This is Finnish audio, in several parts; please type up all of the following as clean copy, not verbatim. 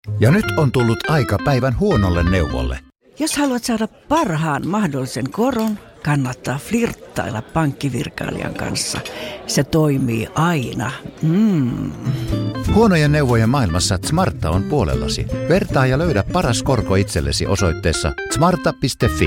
Ja nyt on tullut aika päivän huonolle neuvolle. Jos haluat saada parhaan mahdollisen koron, kannattaa flirttailla pankkivirkailijan kanssa. Se toimii aina. Huonojen neuvojen maailmassa Smarta on puolellasi. Vertaa ja löydä paras korko itsellesi osoitteessa smarta.fi.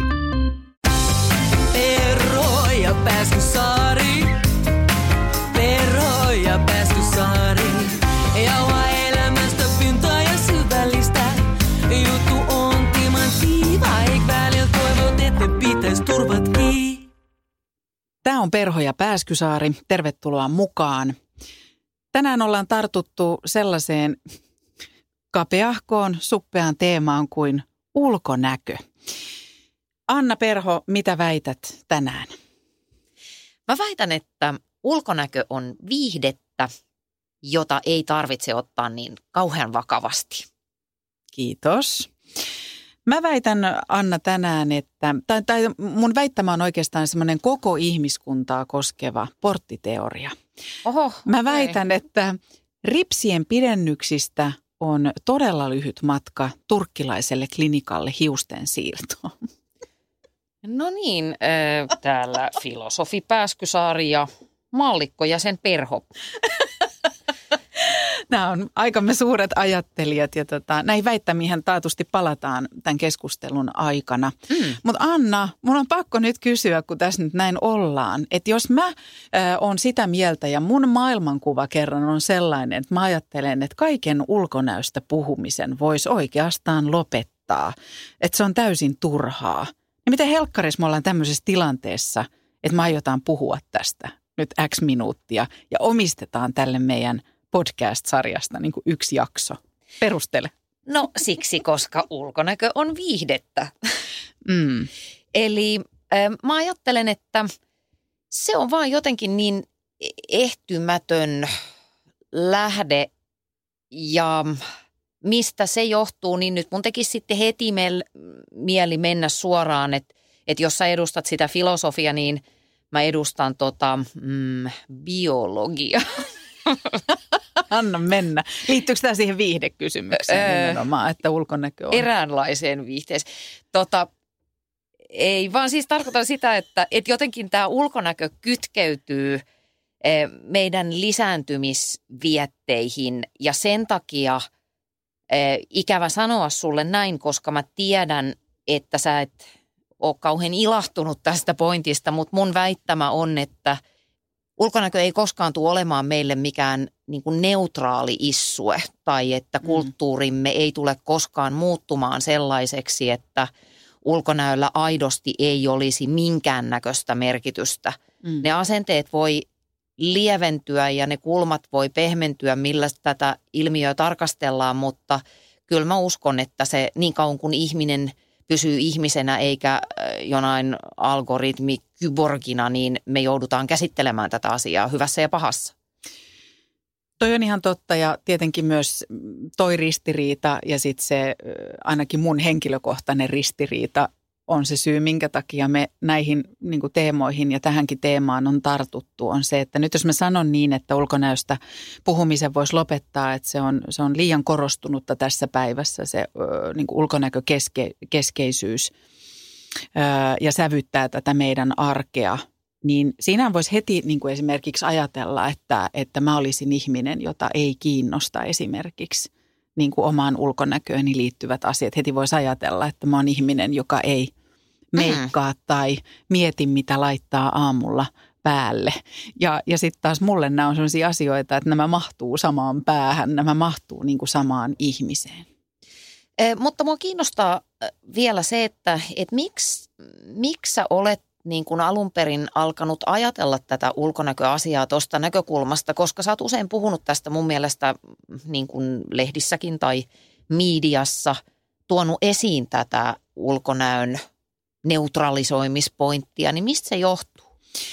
Perho ja Pääskysaari. Perho ja Pääskysaari. Jauha elämästä pintaa ja syvällistä. Juttu on timanttiiva, eik välillä toivot, että pitäis turvat kiinni. Tämä on Perho ja Pääskysaari. Tervetuloa mukaan. Tänään ollaan tartuttu sellaiseen kapeahkoon, suppeaan teemaan kuin ulkonäkö. Anna Perho, mitä väität tänään? Mä väitän, että ulkonäkö on viihdettä, jota ei tarvitse ottaa niin kauhean vakavasti. Kiitos. Mä väitän, Anna, tänään, että, tai mun väittämä on oikeastaan semmoinen koko ihmiskuntaa koskeva porttiteoria. Oho, Mä väitän, että ripsien pidennyksistä on todella lyhyt matka turkkilaiselle klinikalle hiusten siirtoon. No niin, täällä filosofi Pääskysaari ja maallikko ja sen Perho. Nämä on aikamme suuret ajattelijat ja näihin väittämiin taatusti palataan tämän keskustelun aikana. Mutta Anna, mun on pakko nyt kysyä, kun tässä nyt näin ollaan, että jos mä oon sitä mieltä ja mun maailmankuva kerran on sellainen, että mä ajattelen, että kaiken ulkonäöstä puhumisen voisi oikeastaan lopettaa, että se on täysin turhaa. Ja miten helkkarissa me ollaan tämmöisessä tilanteessa, että me aiotaan puhua tästä nyt X minuuttia ja omistetaan tälle meidän podcast-sarjasta niin kuin yksi jakso. Perustele. No siksi, koska ulkonäkö on viihdettä. Eli mä ajattelen, että se on vaan jotenkin niin ehtymätön lähde ja mistä se johtuu, niin nyt mun tekisi sitten heti mieli mennä suoraan, että jos sä edustat sitä filosofiaa, niin mä edustan biologiaa. Anna mennä. Liittyykö tämä siihen viihdekysymykseen nimenomaan, että ulkonäkö on? Eräänlaiseen viihteeseen. Ei, vaan siis tarkoitan sitä, että jotenkin tämä ulkonäkö kytkeytyy meidän lisääntymisvietteihin ja sen takia ikävä sanoa sulle näin, koska mä tiedän, että sä et ole kauhean ilahtunut tästä pointista, mutta mun väittämä on, että ulkonäkö ei koskaan tule olemaan meille mikään niin kuin neutraali issue tai että kulttuurimme ei tule koskaan muuttumaan sellaiseksi, että ulkonäöllä aidosti ei olisi minkäännäköistä merkitystä. Ne asenteet voi lieventyä ja ne kulmat voi pehmentyä, millä tätä ilmiöä tarkastellaan, mutta kyllä mä uskon, että se niin kauan kuin ihminen pysyy ihmisenä eikä jonain algoritmikyborgina, niin me joudutaan käsittelemään tätä asiaa hyvässä ja pahassa. Toi on ihan totta ja tietenkin myös toi ristiriita ja sitten se ainakin mun henkilökohtainen ristiriita on se syy, minkä takia me näihin niin kuin teemoihin ja tähänkin teemaan on tartuttu, on se, että nyt jos mä sanon niin, että ulkonäöstä puhumisen voisi lopettaa, että se on liian korostunutta tässä päivässä se niin kuin ulkonäkökeskeisyys ja sävyttää tätä meidän arkea, niin siinä voisi heti niin kuin esimerkiksi ajatella, että mä olisin ihminen, jota ei kiinnosta esimerkiksi niin kuin omaan ulkonäkööni liittyvät asiat. Heti voisi ajatella, että mä oon ihminen, joka ei meikkaa tai mieti, mitä laittaa aamulla päälle. Ja sitten taas mulle nämä on sellaisia asioita, että nämä mahtuu samaan päähän, nämä mahtuu niin kuin samaan ihmiseen. Mutta mua kiinnostaa vielä se, että miksi sä olet niin kuin alun perin alkanut ajatella tätä ulkonäköasiaa tuosta näkökulmasta, koska sä oot usein puhunut tästä mun mielestä niin kuin lehdissäkin tai mediassa, tuonut esiin tätä ulkonäön neutralisoimispointtia, niin mistä se johtuu?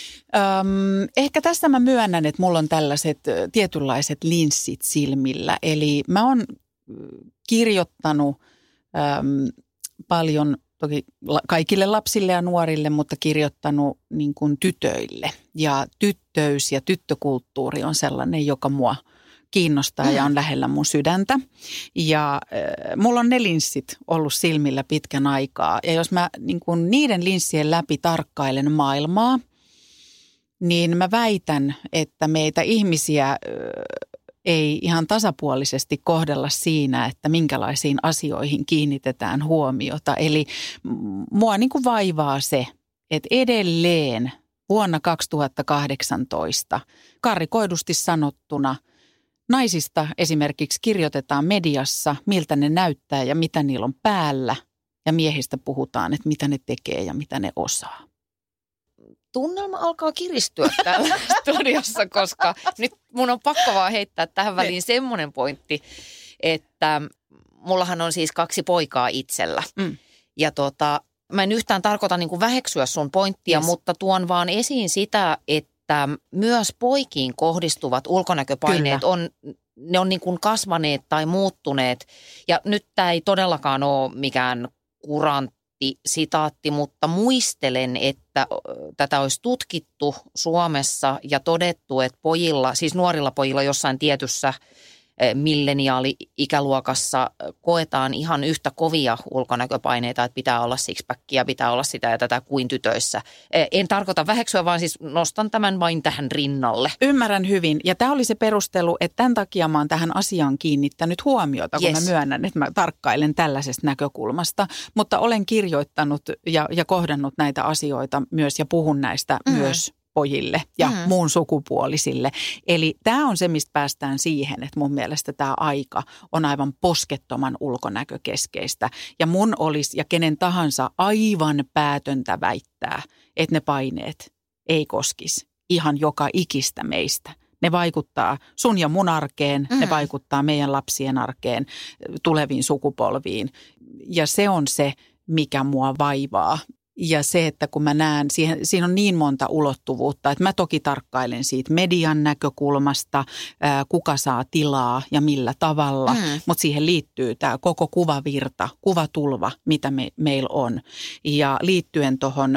Ehkä tässä mä myönnän, että mulla on tällaiset tietynlaiset linssit silmillä, eli mä oon kirjoittanut paljon toki kaikille lapsille ja nuorille, mutta kirjoittanut niin kuin tytöille. Ja tyttöys ja tyttökulttuuri on sellainen, joka mua kiinnostaa ja on lähellä mun sydäntä. Ja mulla on ne linssit ollut silmillä pitkän aikaa. Ja jos mä niin kun niiden linssien läpi tarkkailen maailmaa, niin mä väitän, että meitä ihmisiä ei ihan tasapuolisesti kohdella siinä, että minkälaisiin asioihin kiinnitetään huomiota. Eli mua niin kuin vaivaa se, että edelleen vuonna 2018 karrikoidusti sanottuna naisista esimerkiksi kirjoitetaan mediassa, miltä ne näyttää ja mitä niillä on päällä, ja miehistä puhutaan, että mitä ne tekee ja mitä ne osaa. Tunnelma alkaa kiristyä täällä studiossa, koska nyt mun on pakko vaan heittää tähän väliin semmoinen pointti, että mullahan on siis 2 poikaa itsellä. Ja mä en yhtään tarkoita niin kuin väheksyä sun pointtia, mutta tuon vaan esiin sitä, että myös poikiin kohdistuvat ulkonäköpaineet ne on niin kuin kasvaneet tai muuttuneet. Ja nyt tämä ei todellakaan ole mikään sitaatti, mutta muistelen, että tätä olisi tutkittu Suomessa ja todettu, että pojilla, siis nuorilla pojilla jossain tietyssä milleniaali-ikäluokassa koetaan ihan yhtä kovia ulkonäköpaineita, että pitää olla sixpackia, pitää olla sitä ja tätä kuin tytöissä. En tarkoita väheksyä, vaan siis nostan tämän vain tähän rinnalle. Ymmärrän hyvin. Ja tämä oli se perustelu, että tämän takia mä oon tähän asiaan kiinnittänyt huomiota, kun mä myönnän, että mä tarkkailen tällaisesta näkökulmasta. Mutta olen kirjoittanut ja kohdannut näitä asioita myös ja puhun näistä myös pojille ja muun sukupuolisille. Eli tämä on se, mistä päästään siihen, että mun mielestä tämä aika on aivan poskettoman ulkonäkökeskeistä. Ja mun olisi ja kenen tahansa aivan päätöntä väittää, että ne paineet ei koskisi ihan joka ikistä meistä. Ne vaikuttaa sun ja mun arkeen, ne vaikuttaa meidän lapsien arkeen, tuleviin sukupolviin. Ja se on se, mikä mua vaivaa. Ja se, että kun mä näen, siinä on niin monta ulottuvuutta, että mä toki tarkkailen siitä median näkökulmasta, kuka saa tilaa ja millä tavalla, mutta siihen liittyy tämä koko kuvavirta, kuvatulva, mitä meillä on. Ja liittyen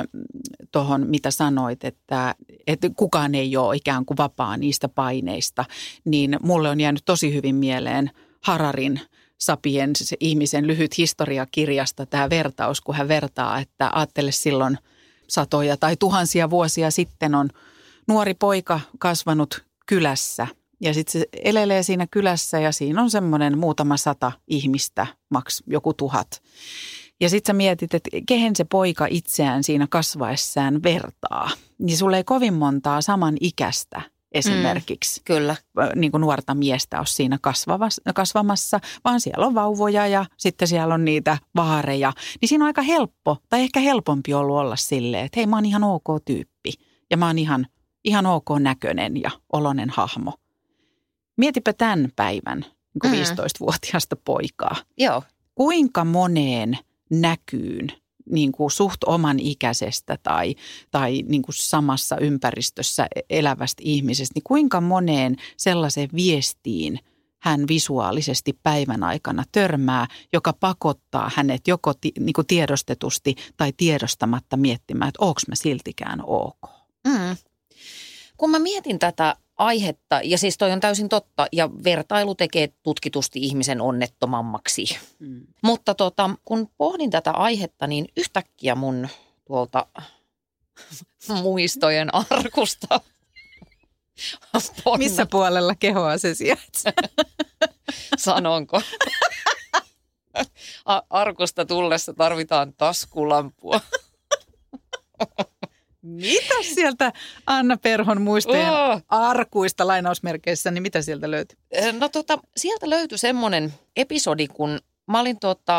tohon, mitä sanoit, että kukaan ei ole ikään kuin vapaa niistä paineista, niin mulle on jäänyt tosi hyvin mieleen Hararin Sapiens ihmisen lyhyt historiakirjasta tämä vertaus, kun hän vertaa, että ajattele silloin satoja tai tuhansia vuosia sitten on nuori poika kasvanut kylässä. Ja sitten se elelee siinä kylässä ja siinä on semmoinen muutama 100 ihmistä, maks joku 1000. Ja sitten sä mietit, että kehen se poika itseään siinä kasvaessaan vertaa. Niin sulla ei kovin montaa saman ikäistä esimerkiksi. Kyllä. Niin kuin nuorta miestä ole siinä kasvamassa, vaan siellä on vauvoja ja sitten siellä on niitä vaareja. Niin siinä on aika helppo, tai ehkä helpompi ollut olla silleen, että hei, mä oon ihan ok tyyppi ja mä oon ihan ok näköinen ja oloinen hahmo. Mietipä tämän päivän niin kuin 15-vuotiaasta poikaa. Joo. Kuinka moneen näkyyn niin kuin suht oman ikäisestä tai niin kuin samassa ympäristössä elävästä ihmisestä, niin kuinka moneen sellaiseen viestiin hän visuaalisesti päivän aikana törmää, joka pakottaa hänet joko niin kuin tiedostetusti tai tiedostamatta miettimään, että onko mä siltikään ok. Kun mä mietin tätä aihetta, ja siis toi on täysin totta, ja vertailu tekee tutkitusti ihmisen onnettomammaksi. Mutta kun pohdin tätä aihetta, niin yhtäkkiä mun tuolta muistojen arkusta. Missä puolella kehoa se sijaitsee? Sanonko? Arkusta tullessa tarvitaan taskulampua. Mitä sieltä Anna Perhon muistojen arkuista lainausmerkeissä, niin mitä sieltä löytyy? No sieltä löytyi semmoinen episodi, kun mä olin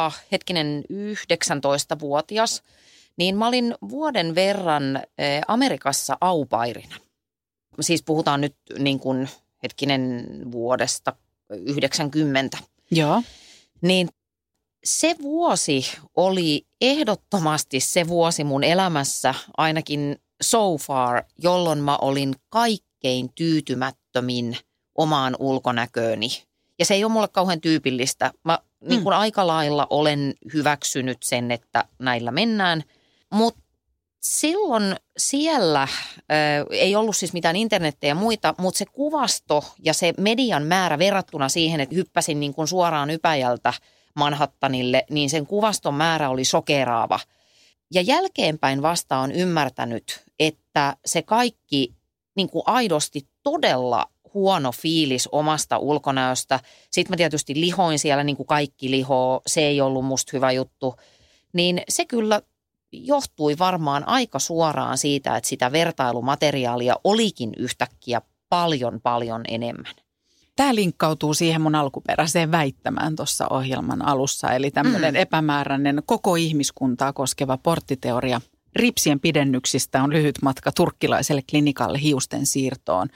19-vuotias, niin mä olin vuoden verran Amerikassa aupairina. Siis puhutaan nyt niin kuin vuodesta 90. Joo. Niin se vuosi oli ehdottomasti se vuosi mun elämässä, ainakin so far, jolloin mä olin kaikkein tyytymättömin omaan ulkonäkööni. Ja se ei ole mulle kauhean tyypillistä. Mä niin kuin aika lailla olen hyväksynyt sen, että näillä mennään. Mutta silloin siellä ei ollut siis mitään internettiä ja muita, mutta se kuvasto ja se median määrä verrattuna siihen, että hyppäsin niin kuin suoraan Ypäjältä Manhattanille, niin sen kuvaston määrä oli shokeraava. Ja jälkeenpäin vasta on ymmärtänyt, että se kaikki niin kuin aidosti todella huono fiilis omasta ulkonäöstä. Sitten mä tietysti lihoin siellä niin kuin kaikki lihoo, se ei ollut musta hyvä juttu. Niin se kyllä johtui varmaan aika suoraan siitä, että sitä vertailumateriaalia olikin yhtäkkiä paljon enemmän. Tämä linkkautuu siihen mun alkuperäiseen väittämään tuossa ohjelman alussa, eli tämmöinen epämääräinen koko ihmiskuntaa koskeva porttiteoria ripsien pidennyksistä on lyhyt matka turkkilaiselle klinikalle hiusten siirtoon.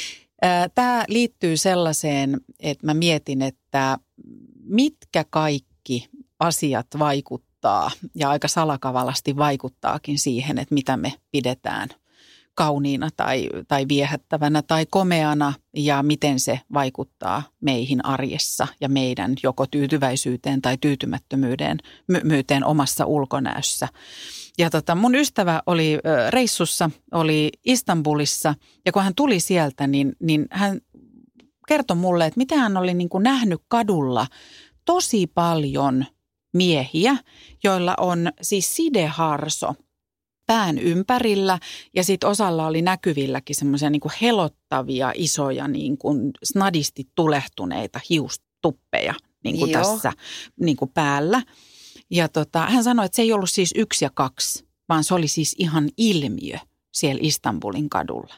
Tämä liittyy sellaiseen, että mä mietin, että mitkä kaikki asiat vaikuttaa ja aika salakavalasti vaikuttaakin siihen, että mitä me pidetään kauniina tai viehättävänä tai komeana ja miten se vaikuttaa meihin arjessa ja meidän joko tyytyväisyyteen tai tyytymättömyyteen omassa ulkonäössä. Ja mun ystävä oli reissussa, oli Istanbulissa ja kun hän tuli sieltä, niin hän kertoi mulle, että mitä hän oli niin kuin nähnyt kadulla tosi paljon miehiä, joilla on siis sideharso pään ympärillä ja sitten osalla oli näkyvilläkin semmoisia niin kuin helottavia, isoja, niin kuin snadisti tulehtuneita hiustuppeja niin kuin tässä niin kuin päällä. Ja hän sanoi, että se ei ollut siis 1 ja 2, vaan se oli siis ihan ilmiö siellä Istanbulin kadulla.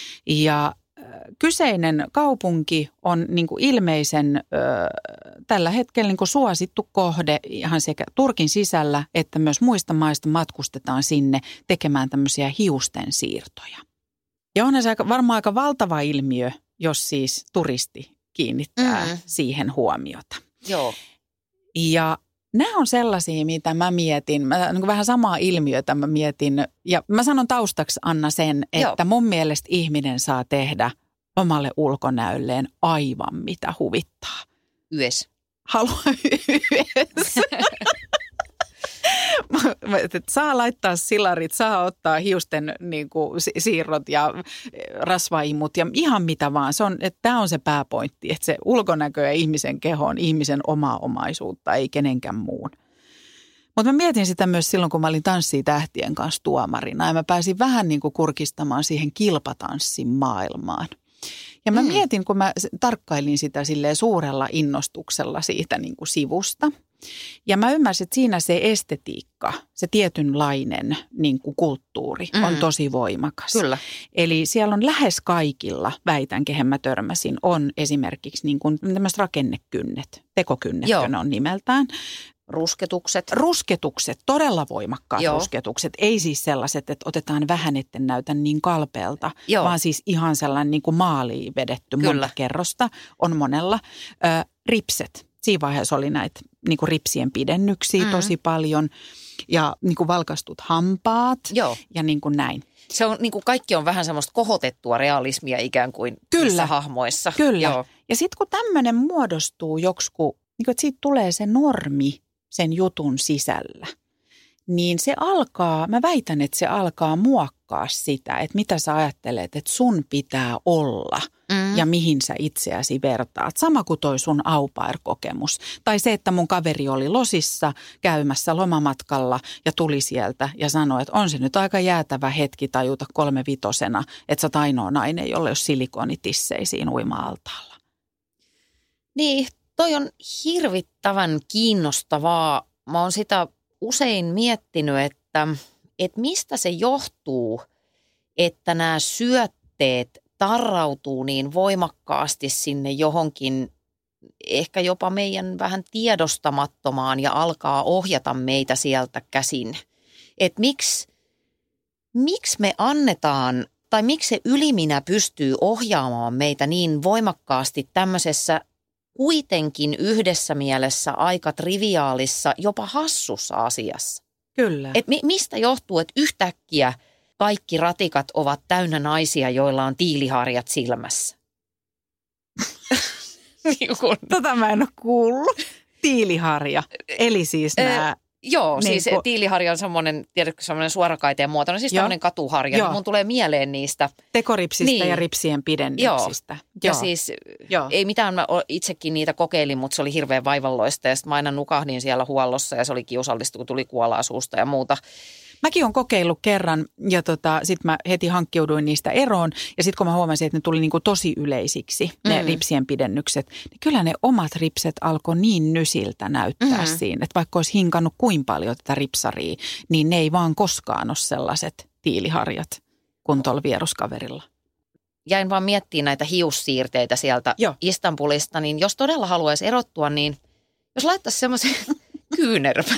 Ja kyseinen kaupunki on niin kuin ilmeisen tällä hetkellä niin kuin suosittu kohde ihan sekä Turkin sisällä että myös muista maista matkustetaan sinne tekemään tämmöisiä hiusten siirtoja. Ja onhan se varmaan aika valtava ilmiö, jos siis turisti kiinnittää siihen huomiota. Joo. Ja nämä on sellaisia, mitä mä mietin, niin vähän samaa ilmiötä mä mietin ja mä sanon taustaksi Anna sen, että mun mielestä ihminen saa tehdä omalle ulkonäölleen aivan mitä huvittaa. Yes. Haluan yes. Saa laittaa silarit, saa ottaa hiusten niin kuin, siirrot ja rasvaimut ja ihan mitä vaan. Tämä on se pääpointti, että se ulkonäkö ja ihmisen keho on ihmisen omaa omaisuutta, ei kenenkään muun. Mutta mä mietin sitä myös silloin, kun mä olin Tanssii tähtien kanssa tuomarina ja mä pääsin vähän niin kuin kurkistamaan siihen kilpatanssin maailmaan. Ja mä mietin, kun mä tarkkailin sitä silleen suurella innostuksella siitä niin kuin sivusta. Ja mä ymmärsin, että siinä se estetiikka, se tietynlainen niin kuin kulttuuri on tosi voimakas. Kyllä. Eli siellä on lähes kaikilla, väitän, kehen mä törmäsin, on esimerkiksi niin kuin tämmöiset rakennekynnet, tekokynnetkö on nimeltään. Rusketukset, todella voimakkaat rusketukset. Ei siis sellaiset, että otetaan vähän, etten näytä niin kalpealta, vaan siis ihan sellainen niin kuin maaliin vedetty monta kerrosta on monella. Ripset. Siinä vaiheessa oli näitä niin kuin ripsien pidennyksiä tosi paljon ja niin kuin valkastut hampaat ja niin kuin näin. Se on niin kuin kaikki on vähän semmoista kohotettua realismia ikään kuin niissä hahmoissa. Kyllä. Joo. Ja sitten kun tämmöinen muodostuu joksikin, niin että siitä tulee se normi sen jutun sisällä, niin se alkaa, mä väitän, että se alkaa muokkaa sitä, että mitä sä ajattelet, että sun pitää olla ja mihin sä itseäsi vertaat. Sama kuin toi sun au pair-kokemus. Tai se, että mun kaveri oli Losissa käymässä lomamatkalla ja tuli sieltä ja sanoi, että on se nyt aika jäätävä hetki tajuta 3-5, että sä oot ainoa nainen, jolla ei ole silikonitissejä uima-altaalla. Niin, toi on hirvittävän kiinnostavaa. Mä oon sitä usein miettinyt, että mistä se johtuu, että nämä syötteet tarrautuu niin voimakkaasti sinne johonkin ehkä jopa meidän vähän tiedostamattomaan ja alkaa ohjata meitä sieltä käsin. Että miksi me annetaan tai miksi se yliminä pystyy ohjaamaan meitä niin voimakkaasti tämmöisessä kuitenkin yhdessä mielessä aika triviaalissa, jopa hassussa asiassa. Kyllä. Et mistä johtuu, että yhtäkkiä kaikki ratikat ovat täynnä naisia, joilla on tiiliharjat silmässä? Tota mä en ole kuullut. Tiiliharja. Eli siis nämä Joo, Niin siis kuin- tiiliharja on semmoinen, tiedätkö, semmoinen suorakaiteen muotoinen, siis Joo. tämmöinen katuharja. Joo. Niin mun tulee mieleen niistä. Tekoripsistä Niin. ja ripsien pidennyksistä. Ja siis Joo. ei mitään, mä itsekin niitä kokeilin, mutta se oli hirveän vaivalloista. Ja sitten mä aina nukahdin siellä huollossa ja se oli kiusallista, kun tuli kuolaa suusta ja muuta. Mäkin olen kokeillut kerran ja sitten mä heti hankkiuduin niistä eroon. Ja sitten kun mä huomasin, että ne tuli niinku tosi yleisiksi, ne ripsien pidennykset, niin kyllä ne omat ripset alkoi niin nysiltä näyttää siinä. Että vaikka olisi hinkannut kuin paljon tätä ripsaria, niin ne ei vaan koskaan ole sellaiset tiiliharjat kuin tuolla vieruskaverilla. Jäin vaan miettimään näitä hiussiirteitä sieltä Joo. Istanbulista, niin jos todella haluaisi erottua, niin jos laittaisi semmoisen kyynärpän.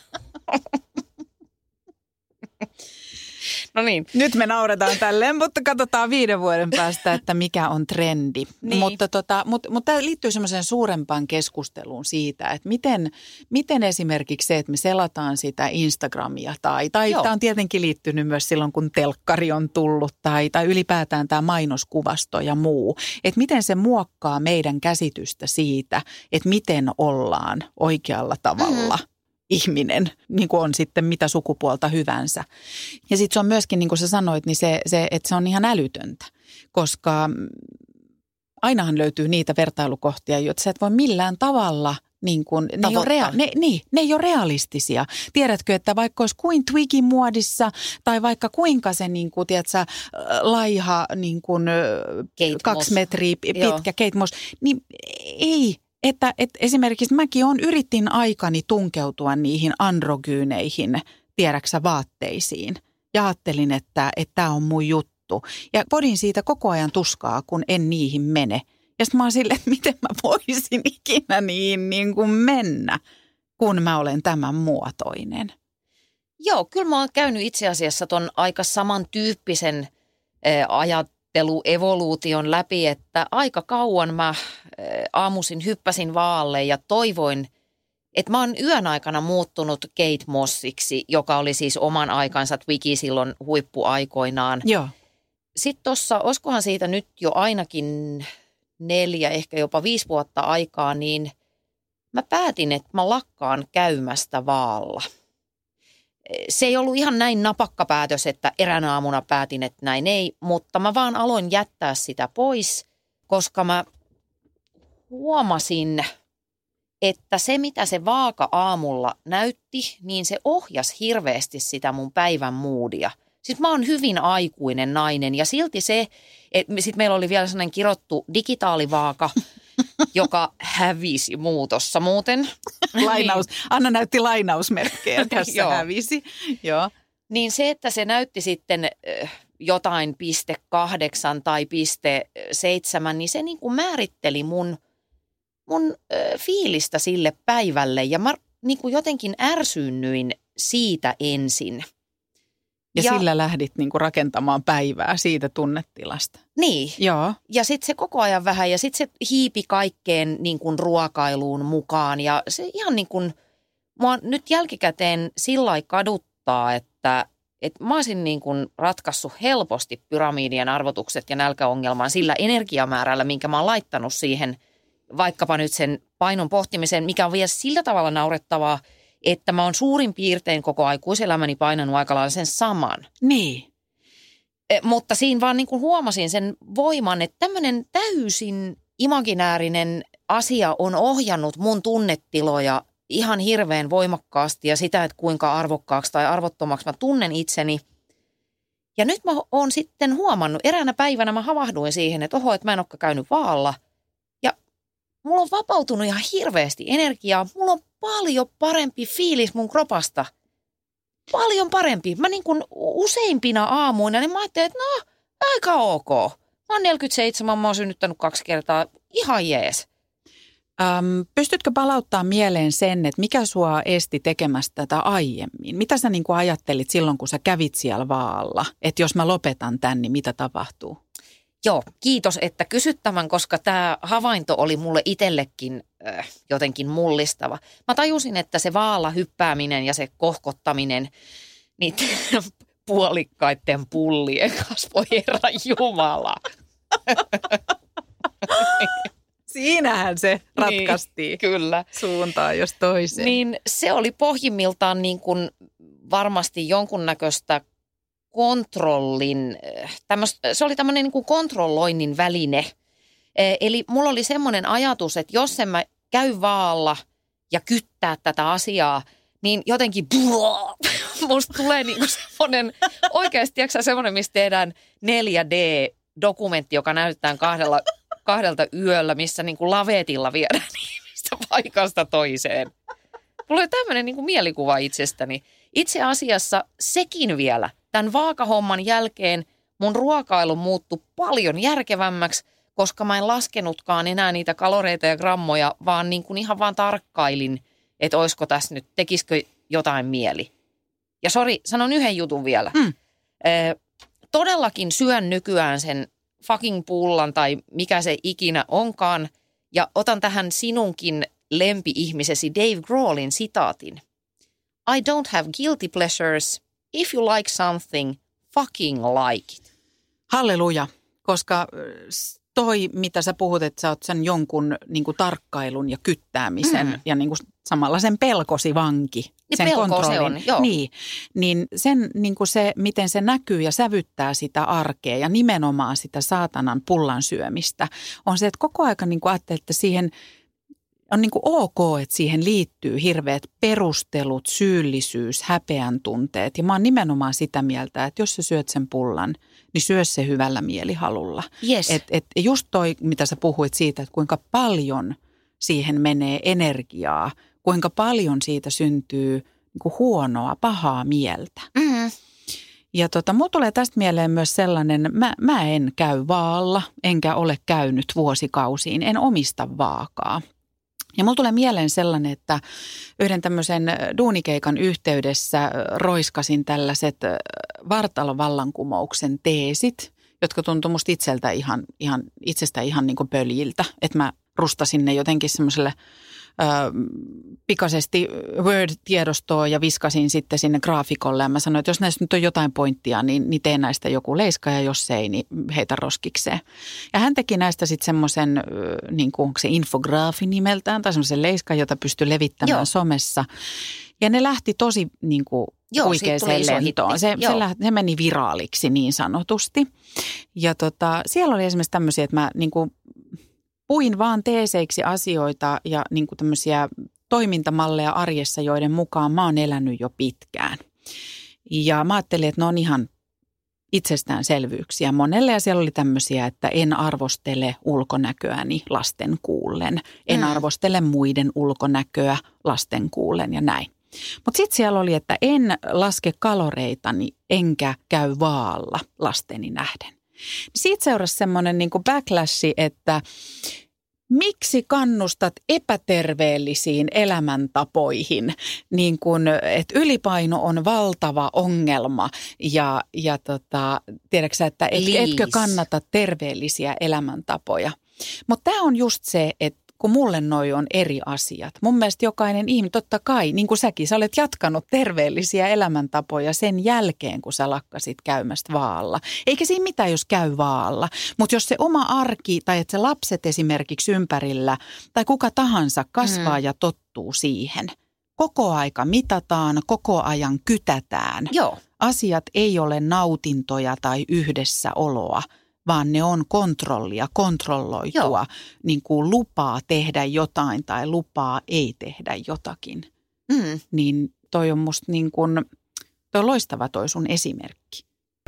No niin. Nyt me nauretaan tälleen, mutta katsotaan 5 vuoden päästä, että mikä on trendi. Niin. Mutta tämä liittyy semmoiseen suurempaan keskusteluun siitä, että miten esimerkiksi se, että me selataan sitä Instagramia tai Joo. tämä on tietenkin liittynyt myös silloin, kun telkkari on tullut tai ylipäätään tämä mainoskuvasto ja muu. Että miten se muokkaa meidän käsitystä siitä, että miten ollaan oikealla tavalla. Ihminen, niin kuin on sitten mitä sukupuolta hyvänsä. Ja sitten se on myöskin, niin kuin sä sanoit, niin se, että se on ihan älytöntä, koska ainahan löytyy niitä vertailukohtia, joita sä et voi millään tavalla, niin kuin, ne ei ole realistisia. Tiedätkö, että vaikka olisi kuin Twiggy-muodissa tai vaikka kuinka se, niin kuin, tiedätkö, laiha, niin kuin, 2 metriä pitkä Kate Moss, niin ei. Että esimerkiksi mäkin yritin aikani tunkeutua niihin androgyyneihin, tiedäksä, vaatteisiin. Ja ajattelin, että tämä on mun juttu. Ja podin siitä koko ajan tuskaa, kun en niihin mene. Ja sitten mä oon silleen, että miten mä voisin ikinä niin kuin mennä, kun mä olen tämän muotoinen. Joo, kyllä mä oon käynyt itse asiassa ton aika samantyyppisen evoluution läpi, että aika kauan mä aamuisin hyppäsin vaalle ja toivoin, että mä oon yön aikana muuttunut Kate Mossiksi, joka oli siis oman aikansa Twiggy silloin huippuaikoinaan. Joo. Sitten tuossa, olisikohan siitä nyt jo ainakin 4, ehkä jopa 5 vuotta aikaa, niin mä päätin, että mä lakkaan käymästä vaalla. Se ei ollut ihan näin napakka päätös, että eräänä aamuna päätin, että näin ei, mutta mä vaan aloin jättää sitä pois, koska mä huomasin, että se mitä se vaaka aamulla näytti, niin se ohjasi hirveästi sitä mun päivän moodia. Siis mä oon hyvin aikuinen nainen ja silti se, että sitten meillä oli vielä sellainen kirottu digitaalivaaka, joka hävisi muutossa muuten. Anna näytti lainausmerkkejä, tässä Joo. hävisi. Joo. Niin se, että se näytti sitten jotain 0,8 tai 0,7, niin se niin kuin määritteli mun fiilistä sille päivälle. Ja mä niin kuin jotenkin ärsyynnyin siitä ensin. Ja sillä lähdit niinku rakentamaan päivää siitä tunnetilasta. Niin. Joo. Ja sitten se koko ajan vähän ja sitten se hiipi kaikkeen niin kuin ruokailuun mukaan. Ja se ihan niin kuin, mua nyt jälkikäteen sillä lailla kaduttaa, että mä olisin niin kuin ratkaissut helposti pyramidien arvotukset ja nälkäongelman sillä energiamäärällä, minkä mä oon laittanut siihen vaikkapa nyt sen painon pohtimiseen, mikä on vielä sillä tavalla naurettavaa, että mä oon suurin piirtein koko aikuiselämäni painanut aika lailla sen saman. Niin. Mutta siinä vaan niin kuin huomasin sen voiman, että tämmöinen täysin imaginäärinen asia on ohjannut mun tunnetiloja ihan hirveän voimakkaasti ja sitä, että kuinka arvokkaaksi tai arvottomaksi mä tunnen itseni. Ja nyt mä oon sitten huomannut, eräänä päivänä mä havahduin siihen, että oho, että mä en olekaan käynyt vaalla. Ja mulla on vapautunut ihan hirveästi energiaa. Mulla on paljon parempi fiilis mun kropasta. Paljon parempi. Mä niin kuin useimpina aamuina, niin mä ajattelin, että no, aika ok. Mä oon 47, mä oon synnyttänyt 2 kertaa. Ihan jees. Pystytkö palauttaa mieleen sen, että mikä sua esti tekemästä tätä aiemmin? Mitä sä niin kuin ajattelit silloin, kun sä kävit siellä vaalla? Että jos mä lopetan tän, niin mitä tapahtuu? Joo, kiitos, että kysyt tämän, koska tämä havainto oli mulle itsellekin jotenkin mullistava. Mä tajusin, että se vaalla hyppääminen ja se kohkottaminen niiden puolikkaiden pullien kanssa, voi herra jumala. Siinähän se ratkaistiin Niin, kyllä. suuntaan jos toiseen. Niin se oli pohjimmiltaan niin kuin varmasti jonkunnäköistä se oli tämmöinen niin kuin kontrolloinnin väline. Eli mulla oli semmoinen ajatus, että jos en mä käy vaalla ja kyttää tätä asiaa, niin jotenkin musta tulee niin kuin semmoinen, oikeasti tiedätkö semmoinen, missä tehdään 4D-dokumentti, joka näytetään kahdelta yöllä, missä niin kuin lavetilla viedään ihmistä paikasta toiseen. Mulla oli tämmöinen niin kuin mielikuva itsestäni. Itse asiassa sekin vielä, tämän vaakahomman jälkeen mun ruokailu muuttui paljon järkevämmäksi, koska mä en laskenutkaan enää niitä kaloreita ja grammoja, vaan niin kuin ihan vaan tarkkailin, että olisiko tässä nyt, tekisikö jotain mieli. Ja sori, sanon yhden jutun vielä. Todellakin syön nykyään sen fucking pullan tai mikä se ikinä onkaan, ja otan tähän sinunkin lempi-ihmisesi Dave Grohlin sitaatin. I don't have guilty pleasures. If you like something, fucking like it. Halleluja, koska toi, mitä sä puhut, että sä oot sen jonkun niin kuin tarkkailun ja kyttäämisen ja niin kuin samalla sen pelkosi vanki. Ja sen pelko kontrollin. se on, joo. Niin sen, niin kuin se, miten se näkyy ja sävyttää sitä arkea ja nimenomaan sitä saatanan pullan syömistä, on se, että koko aika niin kuin ajattelee, että siihen on niin kuin ok, että siihen liittyy hirveät perustelut, syyllisyys, häpeän tunteet. Ja mä oon nimenomaan sitä mieltä, että jos sä syöt sen pullan, niin syö se hyvällä mielihalulla. Yes. Et just toi, mitä sä puhuit siitä, että kuinka paljon siihen menee energiaa, kuinka paljon siitä syntyy niin kuin huonoa, pahaa mieltä. Mm-hmm. Ja mulla tulee tästä mieleen myös sellainen, mä en käy vaalla, enkä ole käynyt vuosikausiin, en omista vaakaa. Ja mulla tulee mieleen sellainen, että yhden tämmöisen duunikeikan yhteydessä roiskasin tällaiset vartalovallankumouksen teesit, jotka tuntui musta itsestä ihan niin kuin pöljiltä. Että mä rustasin ne jotenkin semmoiselle pikaisesti Word-tiedostoon ja viskasin sitten sinne graafikolle. Ja mä sanoin, että jos näistä nyt on jotain pointtia, niin tee näistä joku leiska ja jos ei, niin heitä roskikseen. Ja hän teki näistä sitten semmoisen, niin kuin onko se infograafi nimeltään, tai semmoisen leiskan, jota pystyi levittämään somessa. Ja ne lähti tosi niin kuin huikeeseen lentoon. Se meni viraaliksi niin sanotusti. Ja siellä oli esimerkiksi tämmöisiä, että mä niin kuin puin vaan teeseiksi asioita ja niin kuin tämmöisiä toimintamalleja arjessa, joiden mukaan mä oon elänyt jo pitkään. Ja mä ajattelin, että ne on ihan itsestäänselvyyksiä monelle. Ja siellä oli tämmöisiä, että en arvostele ulkonäköäni lasten kuullen. En arvostele muiden ulkonäköä lasten kuullen ja näin. Mutta sitten siellä oli, että en laske kaloreitani enkä käy vaalla lasteni nähden. Siitä seurasi semmoinen niin kuin backlashi, että miksi kannustat epäterveellisiin elämäntapoihin, niin kuin, että ylipaino on valtava ongelma ja tiedätkö sä, että etkö kannata terveellisiä elämäntapoja. Mutta tämä on just se, että kun mulle noi on eri asiat. Mun mielestä jokainen ihminen, totta kai, niin kuin säkin, sä olet jatkanut terveellisiä elämäntapoja sen jälkeen, kun sä lakkasit käymästä vaalla. Eikä siinä mitään, jos käy vaalla. Mutta jos se oma arki tai että se lapset esimerkiksi ympärillä tai kuka tahansa kasvaa ja tottuu siihen. Koko aika mitataan, koko ajan kytätään. Joo. Asiat ei ole nautintoja tai yhdessäoloa, vaan ne on kontrollia, kontrolloitua, niin kuin lupaa tehdä jotain tai lupaa ei tehdä jotakin. Niin toi on musta niin kuin, toi on loistava toi sun esimerkki.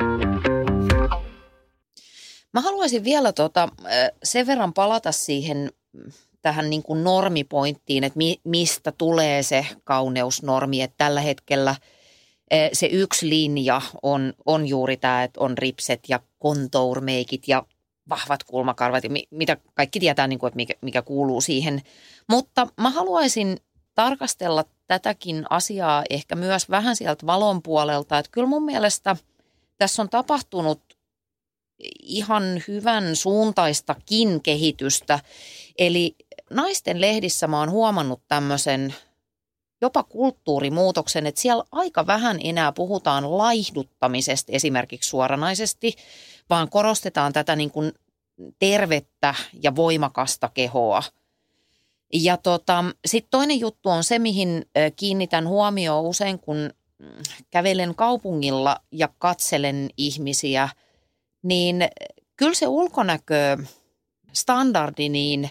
Mä haluaisin vielä sen verran palata siihen tähän niin kuin normipointtiin, että mistä tulee se kauneusnormi, että tällä hetkellä se yksi linja on juuri tämä, että on ripset ja contour-meikit ja vahvat kulmakarvat ja mitä kaikki tietää, niin kuin, että mikä kuuluu siihen. Mutta mä haluaisin tarkastella tätäkin asiaa ehkä myös vähän sieltä valon puolelta, että kyllä mun mielestä tässä on tapahtunut ihan hyvän suuntaistakin kehitystä. Eli naisten lehdissä mä oon huomannut tämmöisen jopa kulttuurimuutoksen, että siellä aika vähän enää puhutaan laihduttamisesta esimerkiksi suoranaisesti, vaan korostetaan tätä niin kuin tervettä ja voimakasta kehoa. Ja sitten toinen juttu on se, mihin kiinnitän huomioon usein, kun kävelen kaupungilla ja katselen ihmisiä, niin kyllä se ulkonäkö standardi, niin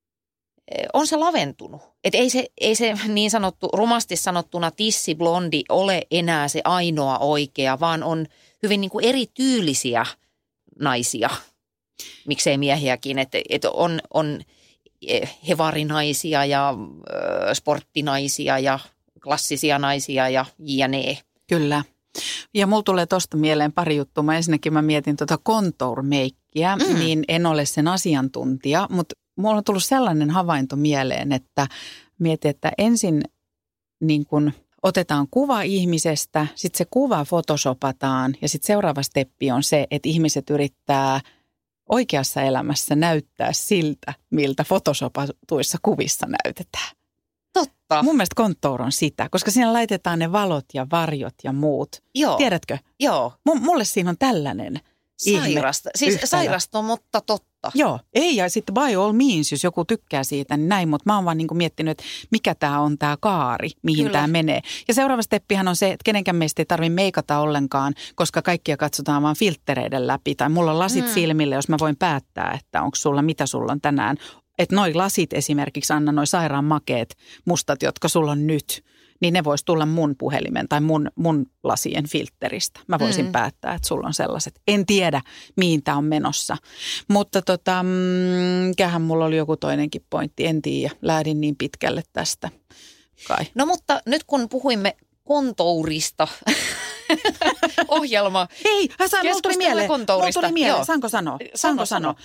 on se laventunut. Et ei se niin sanottu, rumasti sanottuna tissiblondi ole enää se ainoa oikea, vaan on hyvin niin kuin erityylisiä naisia, miksei miehiäkin, että on hevarinaisia ja sporttinaisia ja klassisia naisia ja jne. Kyllä. Ja mulla tulee tuosta mieleen pari juttua. Ensinnäkin mä mietin contour-meikkiä, niin en ole sen asiantuntija, mutta mulla on tullut sellainen havainto mieleen, että mietin, että ensin niin kun otetaan kuva ihmisestä, sitten se kuva photoshopataan ja sitten seuraava steppi on se, että ihmiset yrittää oikeassa elämässä näyttää siltä, miltä photoshopatuissa kuvissa näytetään. Totta. Mun mielestä contour on sitä, koska siinä laitetaan ne valot ja varjot ja muut. Joo. Tiedätkö? Joo. Mulle siinä on tällainen sairasta. Siis sairasta, mutta totta. Joo, ei ja sitten by all means, jos joku tykkää siitä, niin näin, mutta mä oon vaan niin kuin miettinyt, että mikä tämä on tämä kaari, mihin tämä menee. Ja seuraava steppihän on se, että kenenkään meistä ei tarvitse meikata ollenkaan, koska kaikkia katsotaan vaan filttereiden läpi. Tai mulla on lasit silmille, jos mä voin päättää, että onko sulla, mitä sulla on tänään. Että noi lasit esimerkiksi, Anna, noi sairaan makeet mustat, jotka sulla on nyt, niin ne vois tulla mun puhelimen tai mun lasien filtteristä. Mä voisin päättää, että sulla on sellaiset. En tiedä, mihin tämä on menossa. Mutta mikähän mulla oli joku toinenkin pointti, en tiedä. Lähdin niin pitkälle tästä kai. No mutta nyt kun puhuimme kontourista, ohjelma. Ei, mulla tuli mieleen. Saanko sanoa?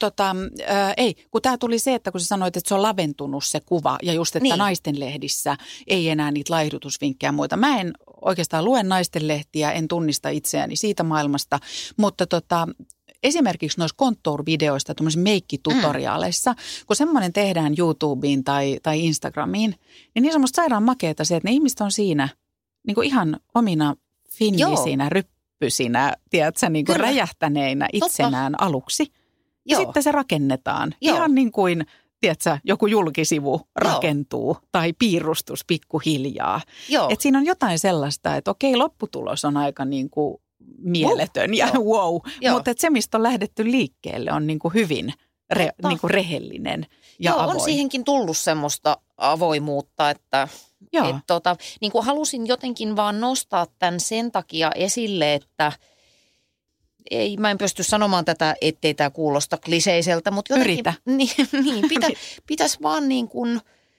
Kun tämä tuli se, että kun sä sanoit, että se on laventunut se kuva ja just, että naisten lehdissä ei enää niitä laihdutusvinkkejä ja muita. Mä en oikeastaan lue naisten lehtiä, en tunnista itseäni siitä maailmasta, mutta esimerkiksi noissa contour-videoista, tuommoisissa meikkitutoriaaleissa, kun semmoinen tehdään YouTubeen tai Instagramiin, niin semmoista sairaan makeeta se, että ne ihmiset on siinä niin kuin ihan omina finnisinä, ryppysinä, tiedätkö, niin kuin räjähtäneinä itsenään aluksi. Ja sitten se rakennetaan. Ihan niin kuin, tiedätkö, joku julkisivu rakentuu tai piirustus pikkuhiljaa. Että siinä on jotain sellaista, että okei, lopputulos on aika niin kuin mieletön ja wow. Mutta se, mistä on lähdetty liikkeelle, on niin kuin hyvin niin kuin rehellinen ja avoin. On siihenkin tullut semmoista avoimuutta, että niin kuin halusin jotenkin vaan nostaa tämän sen takia esille, että mä en pysty sanomaan tätä, ettei tämä kuulosta kliseiseltä, mutta jotenkin yritä. Pitäisi vaan niin kuin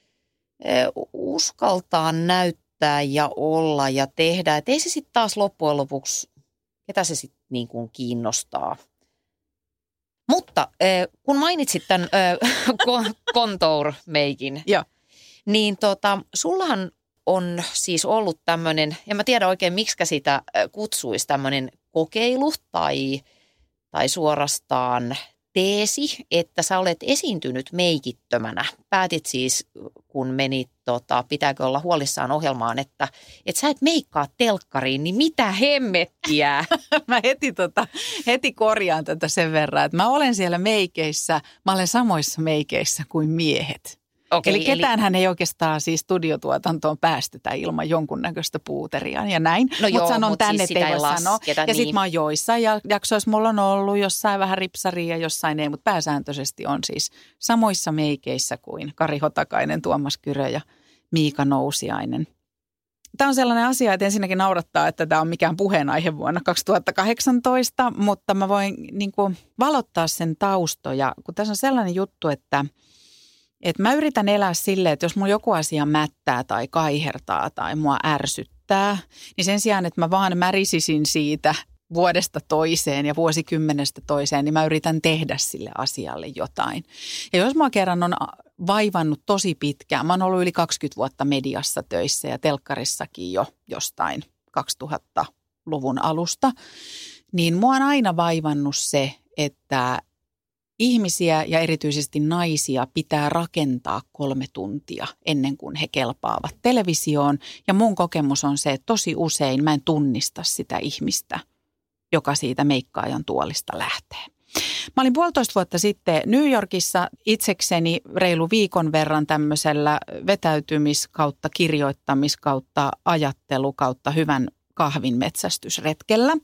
uskaltaa näyttää ja olla ja tehdä. Et ei se sitten taas loppujen lopuksi, ketä se sitten niin kuin kiinnostaa. Mutta kun mainitsit tämän contour-meikin, niin sullahan on siis ollut tämmöinen, en mä tiedä oikein miksikä sitä kutsuisi, tämmöinen kokeilu tai suorastaan teesi, että sä olet esiintynyt meikittömänä. Päätit siis, kun menit, pitääkö olla huolissaan ohjelmaan, että sä et meikkaa telkkariin, niin mitä hemmettiä? Mä heti korjaan tätä sen verran, että mä olen siellä meikeissä, mä olen samoissa meikeissä kuin miehet. Eli ketäänhän ei oikeastaan siis studiotuotantoon päästetä ilman jonkunnäköistä puuteria ja näin. No mutta sanon tänne, siis että ei voi sanoa. Ja niin. sitten mä oon joissain jaksoissa mulla on ollut jossain vähän ripsaria ja jossain ei, mutta pääsääntöisesti on siis samoissa meikeissä kuin Kari Hotakainen, Tuomas Kyrö ja Miika Nousiainen. Tämä on sellainen asia, että ensinnäkin naurattaa, että tämä on mikään puheenaihe vuonna 2018, mutta mä voin niin kuin valottaa sen taustoja, kun tässä on sellainen juttu, että mä yritän elää silleen, että jos mulla joku asia mättää tai kaihertaa tai mua ärsyttää, niin sen sijaan, että mä vaan märisisin siitä vuodesta toiseen ja vuosikymmenestä toiseen, niin mä yritän tehdä sille asialle jotain. Ja jos mua kerran on vaivannut tosi pitkään, mä oon ollut yli 20 vuotta mediassa töissä ja telkkarissakin jo jostain 2000-luvun alusta, niin mua on aina vaivannut se, että ihmisiä ja erityisesti naisia pitää rakentaa 3 tuntia ennen kuin he kelpaavat televisioon. Ja mun kokemus on se, että tosi usein mä en tunnista sitä ihmistä, joka siitä meikkaajan tuolista lähtee. Mä olin 1,5 vuotta sitten New Yorkissa itsekseni reilu viikon verran tämmöisellä vetäytymis kautta kirjoittamis kautta ajattelu kautta hyvän kahvin metsästysretkellä.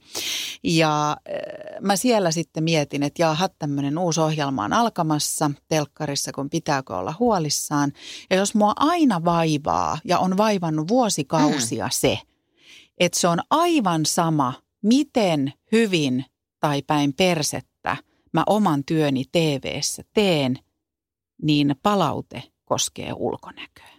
Ja mä siellä sitten mietin, että jaha, tämmöinen uusi ohjelma on alkamassa telkkarissa, kun pitääkö olla huolissaan. Ja jos mua aina vaivaa ja on vaivannut vuosikausia se, että se on aivan sama, miten hyvin tai päin persettä mä oman työni TV:ssä teen, niin palaute koskee ulkonäköä.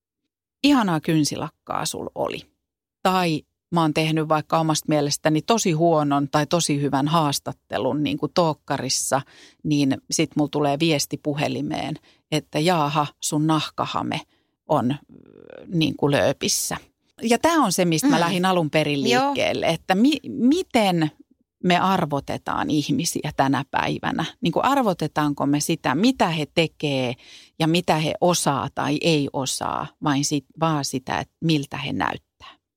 Ihanaa kynsilakkaa sul oli. Tai mä oon tehnyt vaikka omasta mielestäni tosi huonon tai tosi hyvän haastattelun niin kuin talkkarissa, niin sit mulla tulee viesti puhelimeen, että jaaha, sun nahkahame on niin kuin lööpissä. Ja tämä on se, mistä mä lähdin alun perin liikkeelle, että miten me arvotetaan ihmisiä tänä päivänä. Niin kuin arvotetaanko me sitä, mitä he tekee ja mitä he osaa tai ei osaa, vaan sitä, että miltä he näyttää.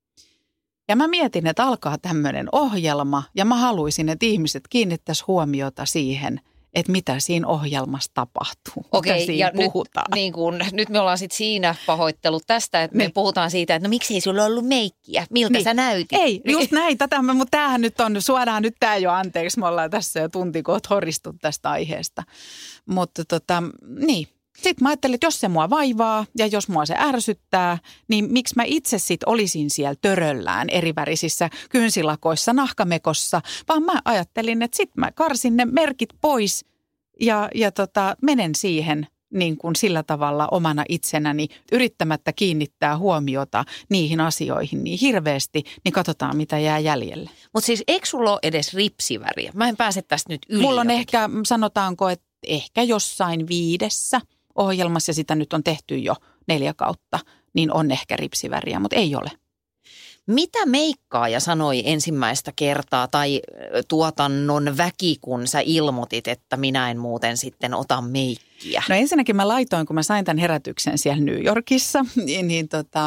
Ja mä mietin, että alkaa tämmöinen ohjelma ja mä haluaisin, että ihmiset kiinnittäisi huomiota siihen, että mitä siinä ohjelmassa tapahtuu, mitä siinä puhutaan. Nyt me ollaan sitten siinä pahoittelut tästä, että me puhutaan siitä, että no miksi ei sulla ollut meikkiä, miltä sä näytit? Ei, just näin, mutta tämähän nyt on, suodaan nyt tämä jo anteeksi, me ollaan tässä jo tunti kohta horistut tästä aiheesta. Mutta niin. Sitten mä ajattelin, että jos se mua vaivaa ja jos mua se ärsyttää, niin miksi mä itse sitten olisin siellä töröllään erivärisissä kynsilakoissa, nahkamekossa, vaan mä ajattelin, että sitten mä karsin ne merkit pois ja menen siihen niin kuin sillä tavalla omana itsenäni yrittämättä kiinnittää huomiota niihin asioihin niin hirveästi, niin katsotaan mitä jää jäljelle. Mutta siis eikö sulla ole edes ripsiväriä? Mä en pääse tästä nyt yli. Mulla on ehkä, sanotaanko, että ehkä jossain 5 ohjelmassa, ja sitä nyt on tehty jo 4 kautta, niin on ehkä ripsiväriä, mutta ei ole. Mitä meikkaaja sanoi ensimmäistä kertaa tai tuotannon väki, kun sä ilmoitit, että minä en muuten sitten ota meikkiä? No ensinnäkin mä laitoin, kun mä sain tämän herätyksen siellä New Yorkissa, niin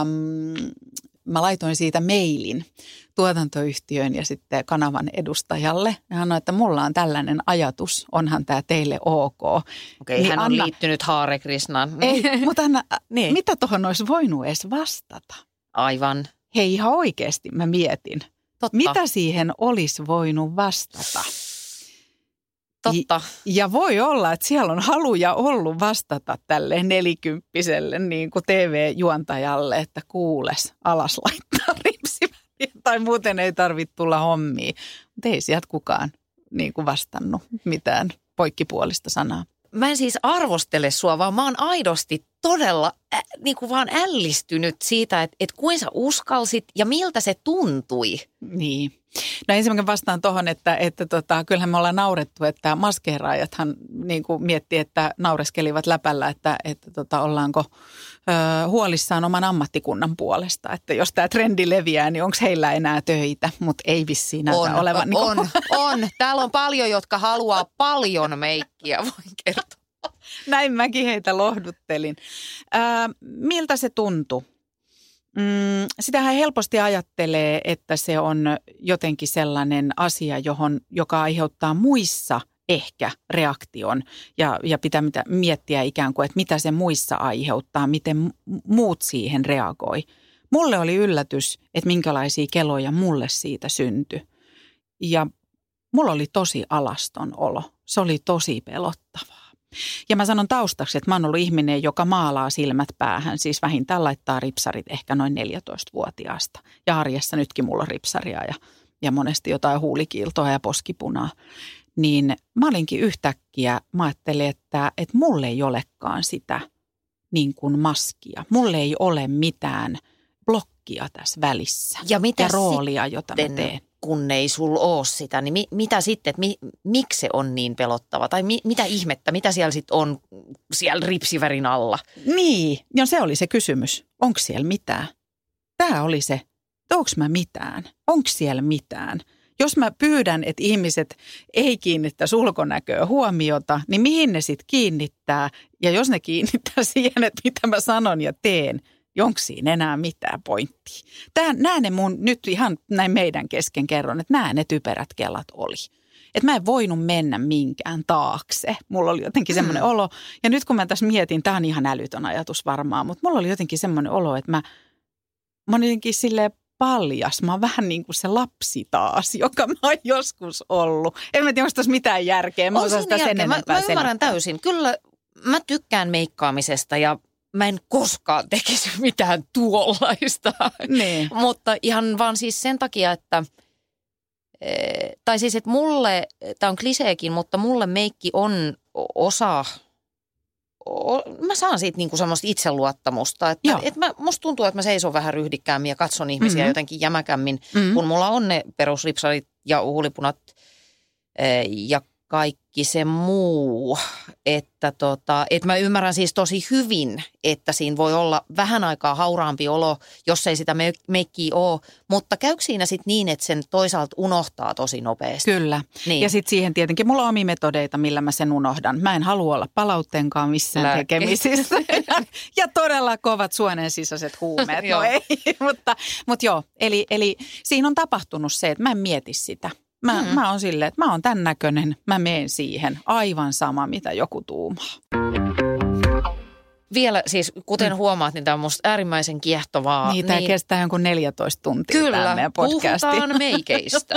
mä laitoin siitä mailin tuotantoyhtiön ja sitten kanavan edustajalle. Ja hän sanoi, että mulla on tällainen ajatus, onhan tämä teille ok. Okei, niin hän on liittynyt Hare Krishnaan. Ei, mutta Anna, niin. Mitä tuohon olisi voinut edes vastata? Aivan. Hei, ihan oikeasti mä mietin. Totta. Mitä siihen olisi voinut vastata? Totta. Ja voi olla, että siellä on haluja ollut vastata tälle 40-vuotiaalle niin kuin TV-juontajalle, että kuules, alas laittaa ripsiväriä tai muuten ei tarvitse tulla hommiin. Mutta ei sieltä kukaan niin kuin vastannut mitään poikkipuolista sanaa. Mä en siis arvostele sua, vaan mä oon aidosti todella niin kuin vaan ällistynyt siitä, että kuinka sä uskalsit ja miltä se tuntui. Niin. No ensimmäinen vastaan tuohon, että kyllähän me ollaan naurettu, että maskeeraajathan niin kuin miettii, että naureskelivat läpällä, että ollaanko huolissaan oman ammattikunnan puolesta. Että jos tämä trendi leviää, niin onko heillä enää töitä, mutta ei vissiin näytä olevan. On. Täällä on paljon, jotka haluaa paljon meikkiä, voin kertoa. Näin mäkin heitä lohduttelin. Miltä se tuntui? Sitähän helposti ajattelee, että se on jotenkin sellainen asia, joka aiheuttaa muissa ehkä reaktion ja pitää miettiä ikään kuin, että mitä se muissa aiheuttaa, miten muut siihen reagoi. Mulle oli yllätys, että minkälaisia keloja mulle siitä syntyi ja mulla oli tosi alaston olo. Se oli tosi pelottavaa. Ja mä sanon taustaksi, että mä oon ollut ihminen, joka maalaa silmät päähän, siis vähintään laittaa ripsarit ehkä noin 14-vuotiaasta. Ja arjessa nytkin mulla on ripsaria ja monesti jotain huulikiiltoa ja poskipunaa. Niin mä olinkin yhtäkkiä, mä ajattelin, että mulle ei olekaan sitä niin kuin maskia. Mulle ei ole mitään blokkia tässä välissä ja roolia, jota mä teen. Kun ei sulla ole sitä, niin mitä sitten, että miksi se on niin pelottava? Tai mitä ihmettä, mitä siellä sitten on siellä ripsivärin alla? Niin, ja se oli se kysymys. Onko siellä mitään? Tämä oli se, onko mä mitään? Onko siellä mitään? Jos mä pyydän, että ihmiset ei kiinnittäisi ulkonäköä huomiota, niin mihin ne sitten kiinnittää? Ja jos ne kiinnittää siihen, että mitä mä sanon ja teen, onko siinä enää mitään pointtia? Nämä ne nyt ihan näin meidän kesken kerron, että nämä ne typerät kelat oli. Että mä en voinut mennä minkään taakse. Mulla oli jotenkin semmoinen olo. Ja nyt kun mä tässä mietin, tää on ihan älytön ajatus varmaan, mutta mulla oli jotenkin semmoinen olo, että mä oon jotenkin silleen paljas. Mä oon vähän niin kuin se lapsi taas, joka mä oon joskus ollut. En mä tiedä, onko tässä mitään järkeä. Mä osaan sitä sen enempää mä ymmärrän täysin. Kyllä mä tykkään meikkaamisesta ja mä en koskaan tekisi mitään tuollaista. Niin. Mutta ihan vaan siis sen takia, että tai siis, että mulle, tämä on kliseekin, mutta mulle meikki on osa, mä saan siitä niinku semmoista itseluottamusta, että musta tuntuu, että mä seison vähän ryhdikkäämmin ja katson ihmisiä jotenkin jämäkämmin, kun mulla on ne perusripsarit ja huulipunat ja kaikki se muu, että mä ymmärrän siis tosi hyvin, että siinä voi olla vähän aikaa hauraampi olo, jos ei sitä meikkiä ole, mutta käykö siinä sitten niin, että sen toisaalta unohtaa tosi nopeasti? Kyllä. Niin. Ja sitten siihen tietenkin, mulla on omia metodeita, millä mä sen unohdan. Mä en halua olla palautteenkaan missään tekemisissä. Ja todella kovat suonen sisäiset huumeet. No ei, mutta joo. Eli siinä on tapahtunut se, että mä en mieti sitä. Mä oon silleen, että mä oon tän näköinen, mä meen siihen. Aivan sama, mitä joku tuumaa. Vielä siis, kuten huomaat, niin tämä on musta äärimmäisen kiehtovaa. Niin, tämä kestää jonkun 14 tuntia tämä meidän podcasti. Kyllä, puhutaan meikeistä.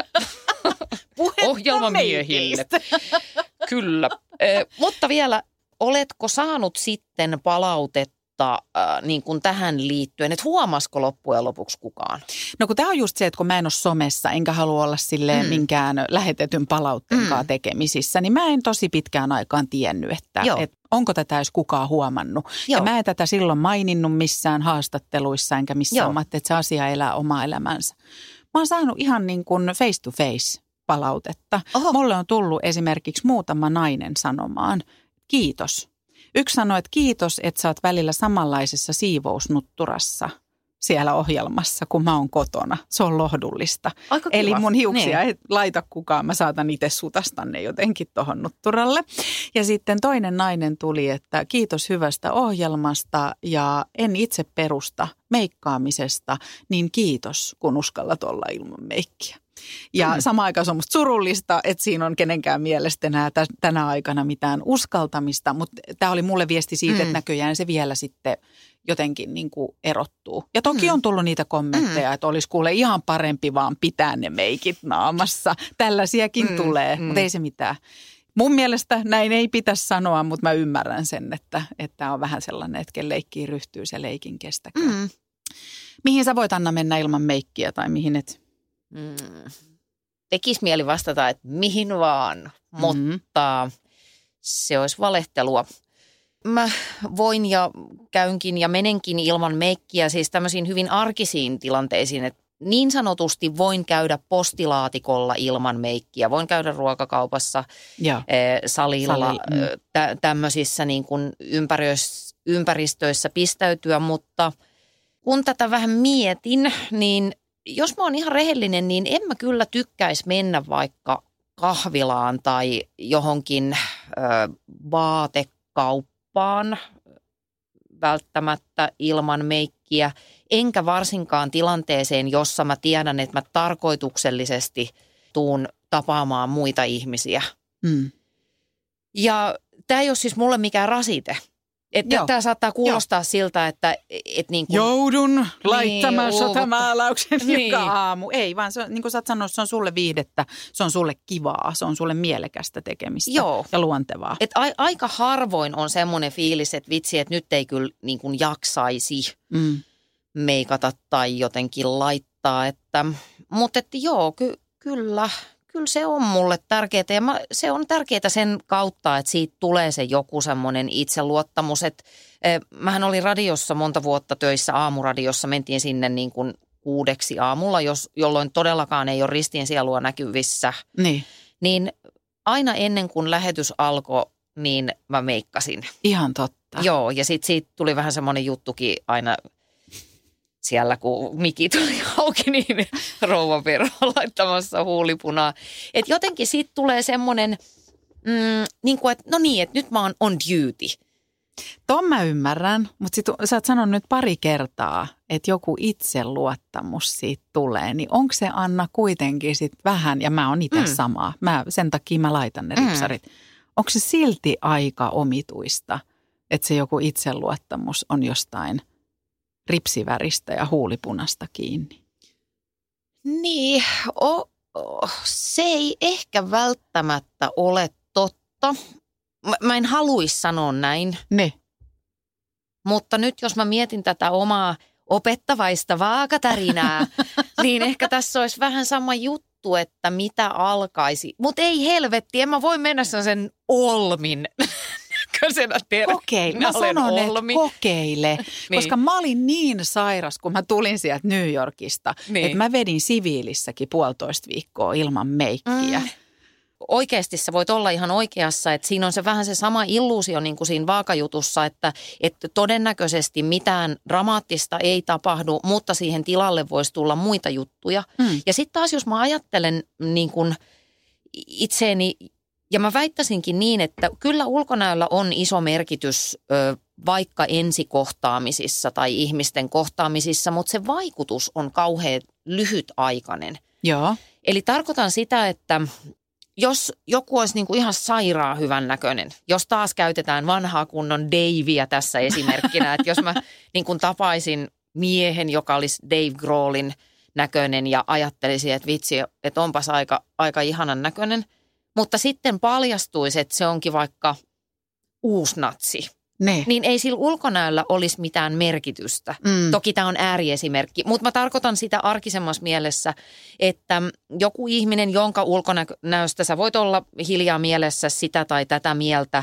Ohjelmamiehille. Kyllä. Mutta vielä, oletko saanut sitten palautetta niin kuin tähän liittyen, että huomasiko loppujen lopuksi kukaan? No kun tämä on just se, että kun mä en ole somessa, enkä halua olla silleen minkään lähetetyn palautteenkaan tekemisissä, niin mä en tosi pitkään aikaan tiennyt, että onko tätä edes kukaan huomannut. Joo. Ja mä en tätä silloin maininnut missään haastatteluissa, enkä missään että se asia elää omaa elämänsä. Mä oon saanut ihan niin kuin face to face palautetta. Oho. Mulle on tullut esimerkiksi muutama nainen sanomaan, kiitos. Yksi sanoi, että kiitos, että sä oot välillä samanlaisessa siivousnutturassa siellä ohjelmassa, kun mä oon kotona. Se on lohdullista. Aika kiva. Eli mun hiuksia ei laita kukaan. Mä saatan itse sutastaa ne jotenkin tohon nutturalle. Ja sitten toinen nainen tuli, että kiitos hyvästä ohjelmasta ja en itse perusta meikkaamisesta, niin kiitos, kun uskallat olla ilman meikkiä. Ja samaan aikaan se on musta surullista, että siinä on kenenkään mielestä enää tänä aikana mitään uskaltamista, mutta tämä oli mulle viesti siitä, että näköjään se vielä sitten jotenkin niin kuin erottuu. Ja toki on tullut niitä kommentteja, että olisi kuule ihan parempi vaan pitää ne meikit naamassa. Tällaisiakin tulee, mutta ei se mitään. Mun mielestä näin ei pitäisi sanoa, mutta mä ymmärrän sen, että tämä on vähän sellainen, että ken leikkiin ryhtyy, se leikin kestäkään. Mihin sä voit, Anna, mennä ilman meikkiä tai mihin et? Tekisi mieli vastata, että mihin vaan, mutta se olisi valehtelua. Mä voin ja käynkin ja menenkin ilman meikkiä siis tämmöisiin hyvin arkisiin tilanteisiin, että niin sanotusti voin käydä postilaatikolla ilman meikkiä. Voin käydä ruokakaupassa, salilla, tämmöisissä niin kuin ympäristöissä pistäytyä, mutta kun tätä vähän mietin, niin jos mä oon ihan rehellinen, niin en mä kyllä tykkäisi mennä vaikka kahvilaan tai johonkin vaatekauppaan välttämättä ilman meikkiä. Enkä varsinkaan tilanteeseen, jossa mä tiedän, että mä tarkoituksellisesti tuun tapaamaan muita ihmisiä. Ja tämä ei ole siis mulle mikään rasite. Että tämä saattaa kuulostaa siltä, että niin kuin, joudun laittamaan sotamaalauksen joka aamu. Ei, vaan se on, niin kuin sä oot sanonut, se on sulle viihdettä, se on sulle kivaa, se on sulle mielekästä tekemistä ja luontevaa. Et aika harvoin on semmoinen fiilis, että vitsi, että nyt ei kyllä niin kuin jaksaisi meikata tai jotenkin laittaa. Mutta kyllä se on mulle tärkeää ja se on tärkeää sen kautta, että siitä tulee se joku semmoinen itseluottamus. Mähän olin radiossa monta vuotta töissä, aamuradiossa, mentiin sinne niin kuin 6 aamulla, jolloin todellakaan ei ole ristien sielua näkyvissä. Niin aina ennen kuin lähetys alkoi, niin mä meikkasin. Ihan totta. Joo, ja sitten siitä tuli vähän semmoinen juttukin aina siellä, kun mikki tuli auki, niin rouva Vero laittamassa huulipunaa. Että jotenkin siitä tulee semmoinen, niin kuin, että no niin, että nyt mä oon on duty. Ton mä ymmärrän, mutta sit sä oot sanonut nyt pari kertaa, että joku itseluottamus siitä tulee. Niin onko se, Anna, kuitenkin sit vähän, ja mä oon itse samaa, sen takia mä laitan ne ripsarit. Onko se silti aika omituista, että se joku itseluottamus on jostain ripsiväristä ja huulipunasta kiinni? Niin, se ei ehkä välttämättä ole totta. Mä en haluaisi sanoa näin. Ne. Mutta nyt jos mä mietin tätä omaa opettavaista vaakatarinaa, niin ehkä tässä olisi vähän sama juttu, että mitä alkaisi. Mutta ei helvetti, en mä voi mennä sen Olmin näköisenä Kokeile. Mä sanon, että kokeile, koska mä olin niin sairas, kun mä tulin sieltä New Yorkista, että mä vedin siviilissäkin 1,5 viikkoa ilman meikkiä. Oikeasti sä voit olla ihan oikeassa, että siinä on se vähän se sama illuusio niin kuin siinä vaakajutussa, että todennäköisesti mitään dramaattista ei tapahdu, mutta siihen tilalle voisi tulla muita juttuja. Ja sitten taas jos mä ajattelen niin kuin itseeni, ja mä väittäisinkin niin, että kyllä ulkonäöllä on iso merkitys vaikka ensikohtaamisissa tai ihmisten kohtaamisissa, mutta se vaikutus on kauhean lyhytaikainen. Joo. Eli tarkoitan sitä, että jos joku olisi niin kuin ihan sairaan hyvän näköinen, jos taas käytetään vanhaa kunnon Davea tässä esimerkkinä, että jos mä niin kuin tapaisin miehen, joka olisi Dave Grohlin näköinen ja ajattelisin, että vitsi, että onpas aika ihanan näköinen, mutta sitten paljastuisi, että se onkin vaikka uusnatsi. Niin ei sillä ulkonäöllä olisi mitään merkitystä. Toki tämä on ääriesimerkki, mutta mä tarkoitan sitä arkisemmassa mielessä, että joku ihminen, jonka ulkonäöstä sä voit olla hiljaa mielessä sitä tai tätä mieltä,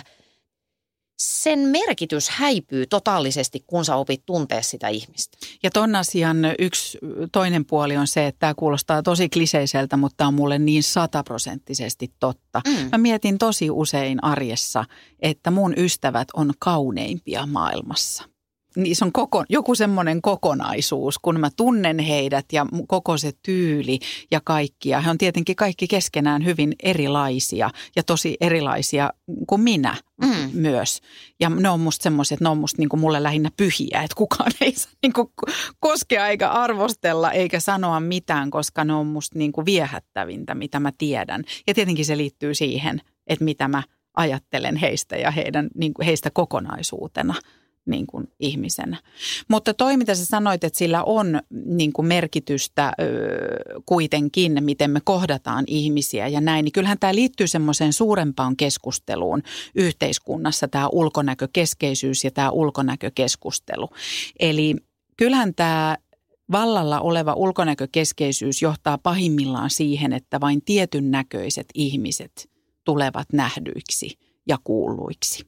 sen merkitys häipyy totaalisesti, kun sä opit tuntea sitä ihmistä. Ja ton asian yksi toinen puoli on se, että tämä kuulostaa tosi kliseiseltä, mutta tämä on mulle niin 100% totta. Mä mietin tosi usein arjessa, että mun ystävät on kauneimpia maailmassa. Niissä on joku semmoinen kokonaisuus, kun mä tunnen heidät ja koko se tyyli ja kaikki. Ja he on tietenkin kaikki keskenään hyvin erilaisia ja tosi erilaisia kuin minä myös. Ja ne on musta semmoiset, ne on musta niin kuin mulle lähinnä pyhiä, että kukaan ei saa niin kuin koskea eikä arvostella eikä sanoa mitään, koska ne on musta niin kuin viehättävintä, mitä mä tiedän. Ja tietenkin se liittyy siihen, että mitä mä ajattelen heistä ja heistä kokonaisuutena. Niin kuin ihmisenä. Mutta toi, mitä sä sanoit, että sillä on niin kuin merkitystä kuitenkin, miten me kohdataan ihmisiä ja näin, niin kyllähän tämä liittyy semmoiseen suurempaan keskusteluun yhteiskunnassa, tämä ulkonäkökeskeisyys ja tämä ulkonäkökeskustelu. Eli kyllähän tämä vallalla oleva ulkonäkökeskeisyys johtaa pahimmillaan siihen, että vain tietyn näköiset ihmiset tulevat nähdyiksi ja kuulluiksi.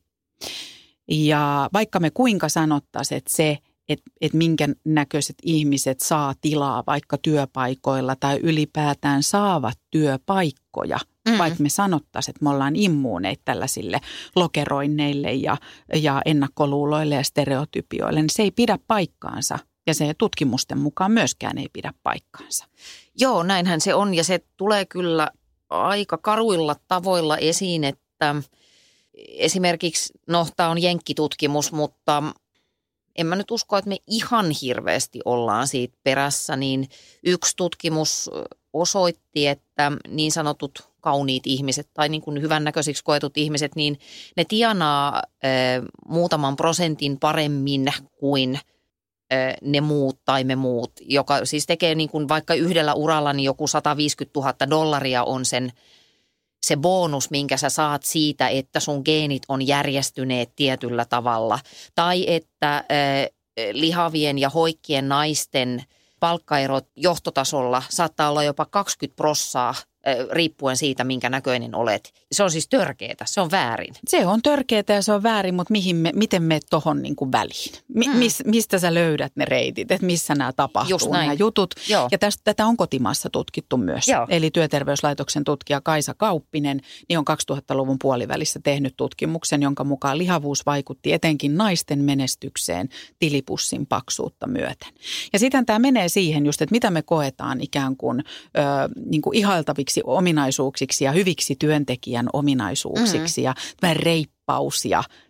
Ja vaikka me kuinka sanottaisiin, että se, että minkä näköiset ihmiset saa tilaa vaikka työpaikoilla tai ylipäätään saavat työpaikkoja, vaikka me sanottaisiin, että me ollaan immuuneita tällaisille lokeroinneille ja ennakkoluuloille ja stereotypioille, niin se ei pidä paikkaansa ja se tutkimusten mukaan myöskään ei pidä paikkaansa. Joo, näinhän se on ja se tulee kyllä aika karuilla tavoilla esiin, että esimerkiksi, tämä on jenkkitutkimus, mutta en mä nyt usko, että me ihan hirveästi ollaan siitä perässä, niin yksi tutkimus osoitti, että niin sanotut kauniit ihmiset tai niin kuin hyvännäköisiksi koetut ihmiset, niin ne tienaa muutaman prosentin paremmin kuin ne muut tai me muut, joka siis tekee niin kuin vaikka yhdellä uralla, niin joku $150,000 on se bonus, minkä sä saat siitä, että sun geenit on järjestyneet tietyllä tavalla. Tai että lihavien ja hoikkien naisten palkkaerot johtotasolla saattaa olla jopa 20% riippuen siitä, minkä näköinen olet. Se on siis törkeetä, se on väärin. Se on törkeetä ja se on väärin, mutta miten me tohon niin kuin väliin? Mistä sä löydät ne reitit, että missä nämä tapahtuu, nämä jutut? Joo. Ja tätä on kotimaassa tutkittu myös. Joo. Eli Työterveyslaitoksen tutkija Kaisa Kauppinen niin on 2000-luvun puolivälissä tehnyt tutkimuksen, jonka mukaan lihavuus vaikutti etenkin naisten menestykseen tilipussin paksuutta myöten. Ja sitten tämä menee siihen just, että mitä me koetaan ikään kuin, niin kuin ihailtaviksi ominaisuuksiksi ja hyviksi työntekijän ominaisuuksiksi ja reippaus ja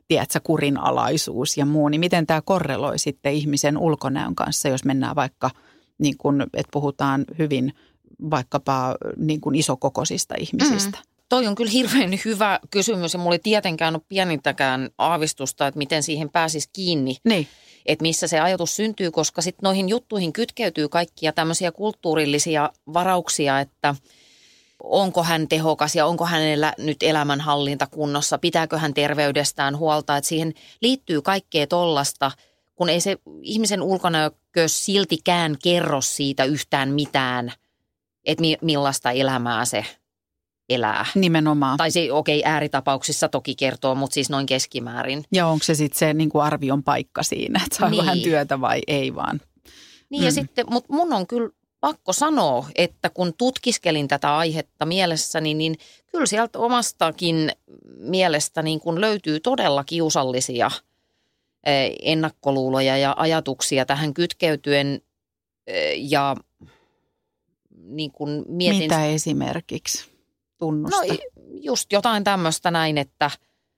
tiedätkö, kurinalaisuus ja muu, niin miten tämä korreloi sitten ihmisen ulkonäön kanssa, jos mennään vaikka, niin kuin, että puhutaan hyvin vaikkapa niin kuin isokokoisista ihmisistä? Toi on kyllä hirveän hyvä kysymys ja mulla ei tietenkään ole pienintäkään aavistusta, että miten siihen pääsisi kiinni. Niin. Että missä se ajatus syntyy, koska sitten noihin juttuihin kytkeytyy kaikkia tämmöisiä kulttuurillisia varauksia, että onko hän tehokas ja onko hänellä nyt elämänhallinta kunnossa, pitääkö hän terveydestään huolta, että siihen liittyy kaikkea tollasta, kun ei se ihmisen ulkonäkö siltikään kerro siitä yhtään mitään, että millaista elämää se elää. Nimenomaan. Tai se, ääritapauksissa toki kertoo, mutta siis noin keskimäärin. Ja onko se sitten se niin kuin arvion paikka siinä, että saako hän työtä vai ei vaan? Niin ja sitten, mutta mun on kyllä pakko sanoa, että kun tutkiskelin tätä aihetta mielessäni, niin kyllä sieltä omastakin mielestä niin kun löytyy todella kiusallisia ennakkoluuloja ja ajatuksia tähän kytkeytyen ja niin kun mietin. Mitä esimerkiksi? Tunnusta. No just jotain tämmöistä näin, että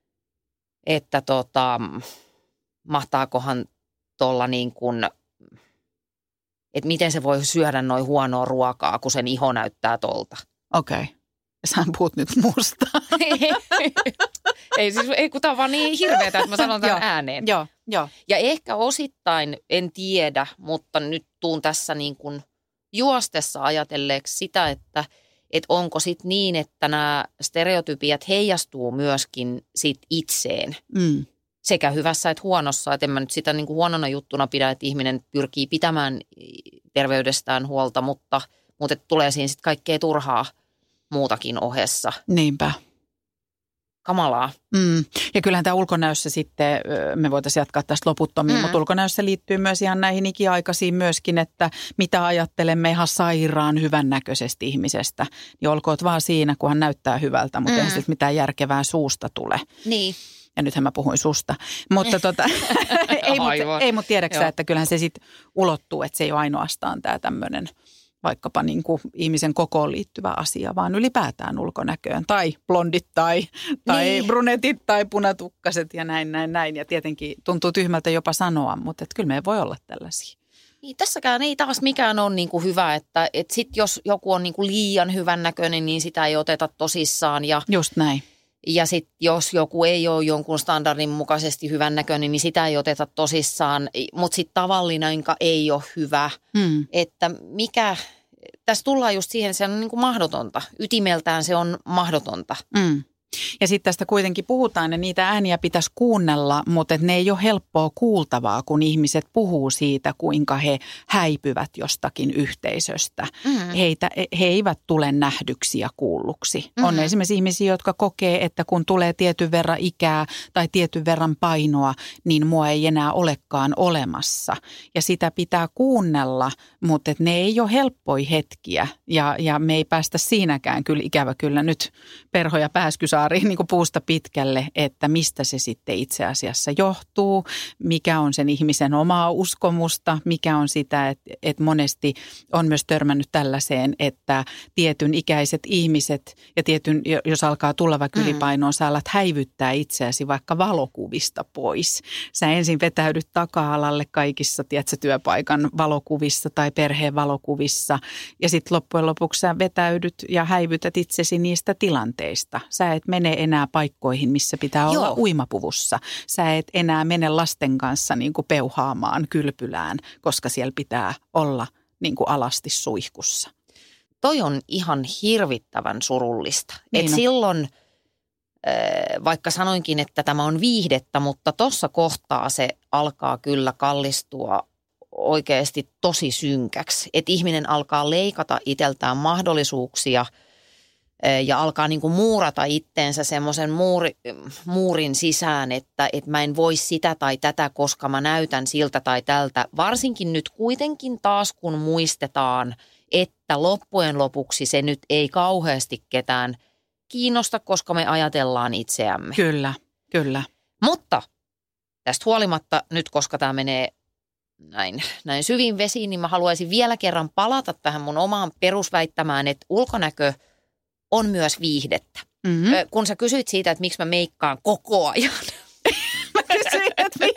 mahtaakohan tuolla niin kuin, että miten se voi syödä noin huonoa ruokaa, kun sen iho näyttää tolta. Okei. Sä puhut nyt musta. ei kun tämä on vaan niin hirveetä, että mä sanon tämän ääneen. Joo. Ja ehkä osittain, en tiedä, mutta nyt tuun tässä niin kuin juostessa ajatelleeksi sitä, että onko sitten niin, että nämä stereotypiat heijastuu myöskin sit itseen. Sekä hyvässä että huonossa. Että en mä nyt sitä niin kuin huonona juttuna pidä, että ihminen pyrkii pitämään terveydestään huolta, mutta tulee siinä sitten kaikkea turhaa muutakin ohessa. Niinpä. Kamalaa. Ja kyllähän tämä ulkonäössä sitten, me voitaisiin jatkaa tästä loputtomiin, mutta ulkonäössä liittyy myös ihan näihin ikiaikaisiin myöskin, että mitä ajattelemme ihan sairaan hyvännäköisesti ihmisestä. Niin olkoot vaan siinä, kun hän näyttää hyvältä, mutta eihän siltä mitään järkevää suusta tule. Niin. Ja nythän mä puhuin susta. Mutta ei mut tiedäksä, että kyllähän se sitten ulottuu, että se ei ole ainoastaan tämä tämmöinen vaikkapa niin kuin ihmisen kokoon liittyvä asia, vaan ylipäätään ulkonäköön. Tai blondit tai niin. Brunetit tai punatukkaset ja näin. Ja tietenkin tuntuu tyhmältä jopa sanoa, mutta kyllä me ei voi olla tällaisia. Niin, tässäkään ei taas mikään ole niin kuin hyvä, että sit jos joku on niin kuin liian hyvännäköinen, niin sitä ei oteta tosissaan. Just näin. Ja sitten jos joku ei ole jonkun standardin mukaisesti hyvännäköinen, niin sitä ei oteta tosissaan. Mutta sitten tavallinen ei ole hyvä. Että tässä tullaan just siihen, se on niin kuin mahdotonta. Ytimeltään se on mahdotonta. Ja sitten tästä kuitenkin puhutaan ja niitä ääniä pitäisi kuunnella, mutta ne ei ole helppoa kuultavaa, kun ihmiset puhuu siitä, kuinka he häipyvät jostakin yhteisöstä. He eivät tule nähdyksi ja kuulluksi. On esimerkiksi ihmisiä, jotka kokee, että kun tulee tietyn verran ikää tai tietyn verran painoa, niin mua ei enää olekaan olemassa. Ja sitä pitää kuunnella, mutta ne ei ole helppoja hetkiä ja me ei päästä siinäkään kyllä ikävä kyllä nyt Perho ja Pääskysaari niin kuin puusta pitkälle, että mistä se sitten itse asiassa johtuu, mikä on sen ihmisen omaa uskomusta, mikä on sitä, että monesti on myös törmännyt tällaiseen, että tietyn ikäiset ihmiset ja jos alkaa tulla vaikka ylipainoon, sä alat häivyttää itseäsi vaikka valokuvista pois. Sä ensin vetäydyt taka-alalle kaikissa, tiedätkö, työpaikan valokuvissa tai perheen valokuvissa ja sitten loppujen lopuksi sä vetäydyt ja häivytät itsesi niistä tilanteista. Sä et mene enää paikkoihin, missä pitää olla uimapuvussa. Sä et enää mene lasten kanssa niin kuin peuhaamaan kylpylään, koska siellä pitää olla niin kuin alasti suihkussa. Toi on ihan hirvittävän surullista. Niin et silloin, vaikka sanoinkin, että tämä on viihdettä, mutta tuossa kohtaa se alkaa kyllä kallistua oikeasti tosi synkäksi. Että ihminen alkaa leikata itseltään mahdollisuuksia ja alkaa niin kuin muurata itteensä semmoisen muurin sisään, että mä en voi sitä tai tätä, koska mä näytän siltä tai tältä. Varsinkin nyt kuitenkin taas, kun muistetaan, että loppujen lopuksi se nyt ei kauheasti ketään kiinnosta, koska me ajatellaan itseämme. Kyllä. Mutta tästä huolimatta nyt, koska tämä menee näin syviin vesiin, niin mä haluaisin vielä kerran palata tähän mun omaan perusväittämään, että ulkonäkö on myös viihdettä. Kun sä kysyit siitä, että miksi mä meikkaan koko ajan,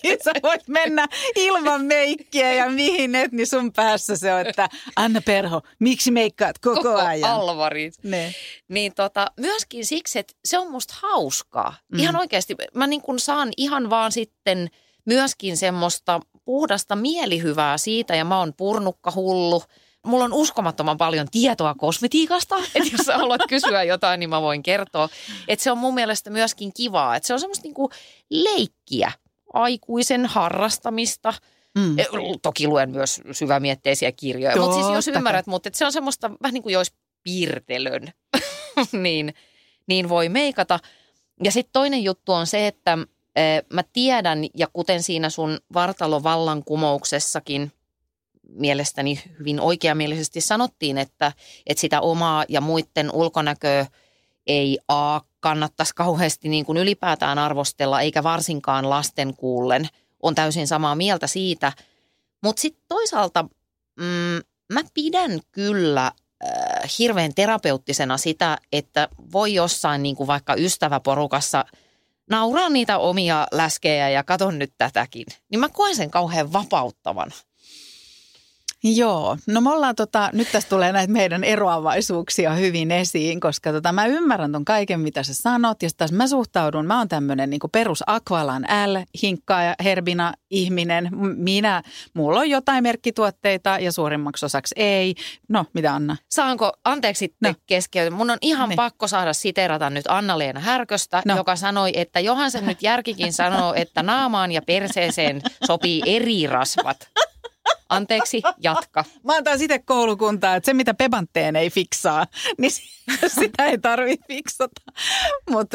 Niin sä voit mennä ilman meikkiä ja mihin et, niin sun päässä se on, että Anna Perho, miksi meikkaat koko ajan? Alvarit. Niin myöskin siksi, että se on musta hauskaa. Ihan oikeasti mä niin kun saan ihan vaan sitten myöskin semmoista puhdasta mielihyvää siitä ja mä oon purnukkahullu. Mulla on uskomattoman paljon tietoa kosmetiikasta, että jos sä haluat kysyä jotain, niin mä voin kertoa. Että se on mun mielestä myöskin kivaa, että se on semmoista niinku leikkiä, aikuisen harrastamista. Toki luen myös syvämietteisiä kirjoja, mutta siis jos ymmärrät, mutta se on semmoista vähän niin kuin jos piirtelön, niin voi meikata. Ja sitten toinen juttu on se, että mä tiedän, ja kuten siinä sun vartalovallankumouksessakin mielestäni hyvin oikeamielisesti sanottiin, että sitä omaa ja muiden ulkonäköä ei kannattaisi kauheasti niin kuin ylipäätään arvostella, eikä varsinkaan lasten kuullen. On täysin samaa mieltä siitä. Mutta sitten toisaalta mä pidän kyllä hirveän terapeuttisena sitä, että voi jossain niin kuin vaikka ystäväporukassa nauraa niitä omia läskejä ja katon nyt tätäkin. Niin mä koen sen kauhean vapauttavan. Joo, no me ollaan nyt tästä tulee näitä meidän eroavaisuuksia hyvin esiin, koska mä ymmärrän ton kaiken, mitä sä sanot, ja taas mä oon tämmönen niinku perus Aqualan hinkkaaja, herbina ihminen. Mulla on jotain merkkituotteita ja suurimmaksi osaksi ei. No, mitä Anna? Saanko, anteeksi sitten keskeytän, mun on ihan pakko saada siteerata nyt Anna-Leena Härköstä, joka sanoi, että johan se nyt järkikin sanoo, että naamaan ja perseeseen sopii eri rasvat. Anteeksi, jatka. Mä oon taas itse koulukuntaa, että se mitä Pebantteen ei fiksaa, niin sitä ei tarvitse fiksata. Mutta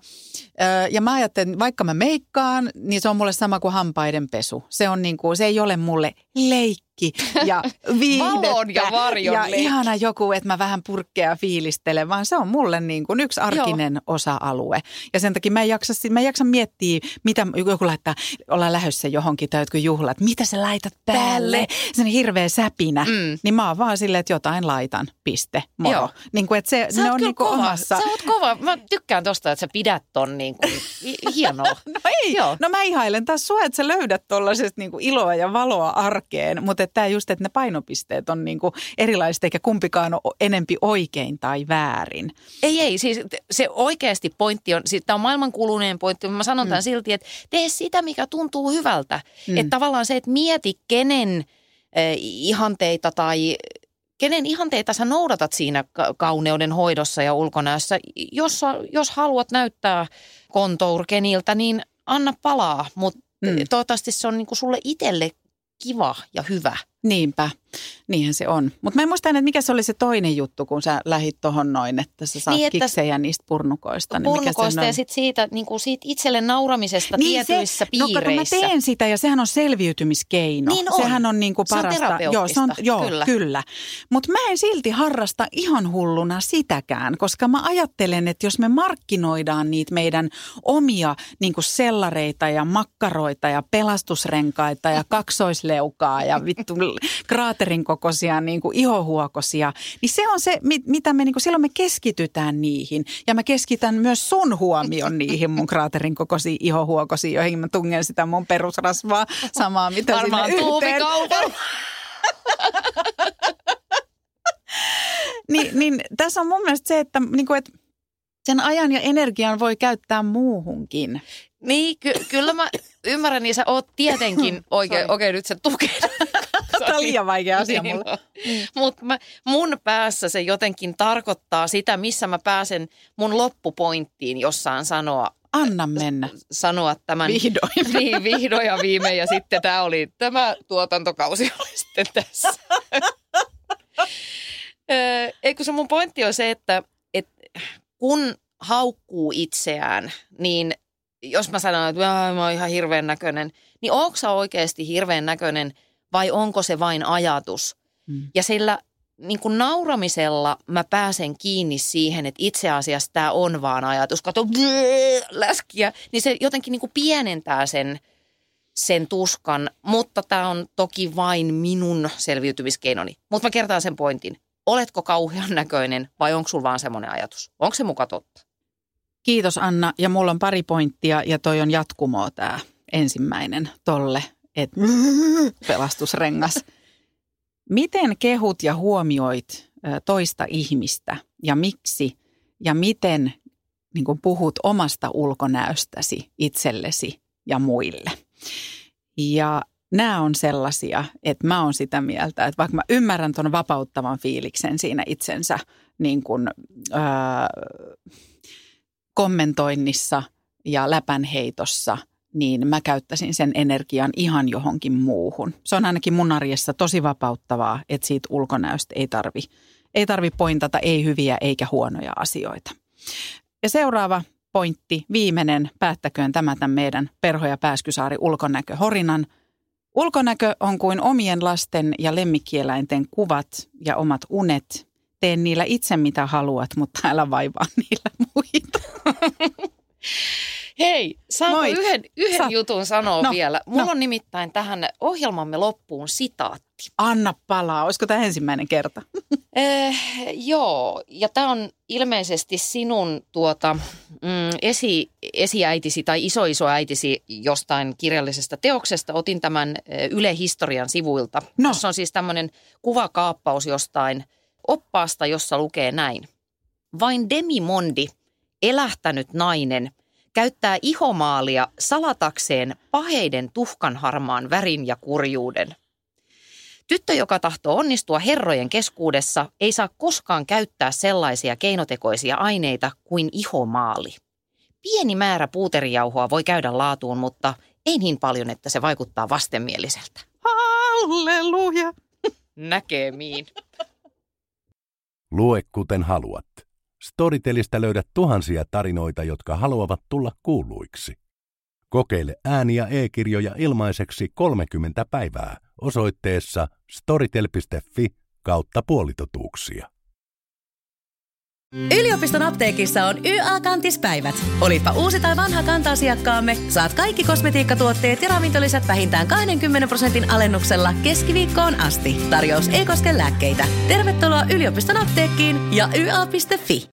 ja mä ajattelen, vaikka mä meikkaan, niin se on mulle sama kuin hampaiden pesu. Se on niinku, se ei ole mulle leikki ja viihdettä. Valon ja varjon ja leikki. ihana joku, että mä vähän purkkeja fiilistelen, vaan se on mulle niin kuin yksi arkinen osa-alue. Ja sen takia mä en jaksa miettiä, mitä joku laittaa, ollaan lähdössä johonkin tai jotkut juhlat, mitä sä laitat päälle? Se on hirveä säpinä. Niin mä oon vaan silleen, että jotain laitan, piste, moro. Joo. Niin kuin, että ne on niin kuin omassa. Sä oot kova. Mä tykkään tosta, että sä pidät ton niin kuin hienoa. No ei. Joo. No mä ihailen taas sua, että sä löydät tollaisesta niin kuin iloa ja valoa arkeen, mutta tämä just, että ne painopisteet on niin kuin erilaiset, eikä kumpikaan ole enempi oikein tai väärin. Ei, siis se oikeasti pointti on, siis tämä on maailmankuluneen pointti, mutta mä sanon tämän silti, että tee sitä, mikä tuntuu hyvältä. Että tavallaan se, että mieti kenen ihanteita tai kenen ihanteita sä noudatat siinä kauneuden hoidossa ja ulkonäössä. Jos haluat näyttää kontourkeniltä, niin anna palaa, mutta toivottavasti se on niinku sulle itselle kiva ja hyvä. Niinpä, niinhän se on. Mutta mä en muista enää, että mikä se oli se toinen juttu, kun sä lähit tohon noin, että sä saat kiksejä niistä purnukoista. Purnukoista ja sitten siitä itselle nauramisesta niin tietyissä piireissä. No kato, mä teen sitä ja sehän on selviytymiskeino. Niin on. Sehän on niinku parasta. Se on terapeuttista. Kyllä. Mutta mä en silti harrasta ihan hulluna sitäkään, koska mä ajattelen, että jos me markkinoidaan niitä meidän omia niinku sellareita ja makkaroita ja pelastusrenkaita ja kaksoisleukaa ja vittu kraaterin kokoisia niin kuin ihohuokosia, niin se on se, mitä me niin kuin, silloin me keskitytään niihin. Ja mä keskitän myös sun huomion niihin mun kraaterin kokoisiin ihohuokosiin, joihin mä tungen sitä mun perusrasvaa samaa, mitä varmaan sinne yhteen. niin tässä on mun mielestä se, että, niin kuin, että sen ajan ja energian voi käyttää muuhunkin. Niin, kyllä mä ymmärrän, niin sä oot tietenkin oikein nyt se tukee. Tämä on liian vaikea asia mulle. Mutta mun päässä se jotenkin tarkoittaa sitä, missä mä pääsen mun loppupointtiin jossain sanoa. Anna mennä. Sanoa tämän. Vihdoin. Niin, vihdoin ja viimein. Ja sitten tämä tuotantokausi oli sitten tässä. Eikö se mun pointti on se, että kun haukkuu itseään, niin jos mä sanon, että mä oon ihan hirveän näköinen, niin onko sä oikeasti hirveän näköinen vai onko se vain ajatus? Ja sillä niin kuin nauramisella mä pääsen kiinni siihen, että itse asiassa tämä on vaan ajatus. Kato, läskiä, niin se jotenkin niin kuin pienentää sen tuskan, mutta tämä on toki vain minun selviytymiskeinoni. Mutta mä kertaan sen pointin. Oletko kauhean näköinen vai onko sulla vaan semmoinen ajatus? Onko se muka totta? Kiitos Anna ja mulla on pari pointtia ja toi on jatkumoa tää. ensimmäinen tolle, että pelastusrengas. Miten kehut ja huomioit toista ihmistä ja miksi ja miten niin kuin puhut omasta ulkonäöstäsi itsellesi ja muille? Ja nämä on sellaisia, että mä oon sitä mieltä, että vaikka mä ymmärrän ton vapauttavan fiiliksen siinä itsensä niin kuin, kommentoinnissa ja läpänheitossa, niin mä käyttäisin sen energian ihan johonkin muuhun. Se on ainakin mun arjessa tosi vapauttavaa, että siitä ulkonäöstä ei tarvi pointata ei hyviä eikä huonoja asioita. Ja seuraava pointti, viimeinen, päättäköön tämän meidän Perho ja Pääskysaari ulkonäköhorinan. Ulkonäkö on kuin omien lasten ja lemmikkieläinten kuvat ja omat unet. Tee niillä itse mitä haluat, mutta älä vaivaa niillä muita. Hei, saanko yhden jutun sanoa vielä? Mulla on nimittäin tähän ohjelmamme loppuun sitaatti. Anna palaa. Olisiko tämä ensimmäinen kerta? Joo, ja tämä on ilmeisesti sinun esiäitisi tai isoisoäitisi jostain kirjallisesta teoksesta. Otin tämän Yle Historian sivuilta. Tässä on siis tämmöinen kuvakaappaus jostain oppaasta, jossa lukee näin. Vain demimondi, elähtänyt nainen, käyttää ihomaalia salatakseen paheiden tuhkanharmaan värin ja kurjuuden. Tyttö, joka tahtoo onnistua herrojen keskuudessa, ei saa koskaan käyttää sellaisia keinotekoisia aineita kuin ihomaali. Pieni määrä puuterijauhoa voi käydä laatuun, mutta ei niin paljon, että se vaikuttaa vastenmieliseltä. Halleluja! Näkemiin. Lue kuten haluat. Storytelistä löydät tuhansia tarinoita, jotka haluavat tulla kuulluiksi. Kokeile ääni- ja e-kirjoja ilmaiseksi 30 päivää osoitteessa storytel.fi/puolitotuuksia. Yliopiston apteekissa on YA-kantispäivät. Olitpa uusi tai vanha kanta-asiakkaamme, saat kaikki kosmetiikkatuotteet ja ravintolisät vähintään 20% alennuksella keskiviikkoon asti. Tarjous ei koske lääkkeitä. Tervetuloa yliopiston apteekkiin ja YA.fi.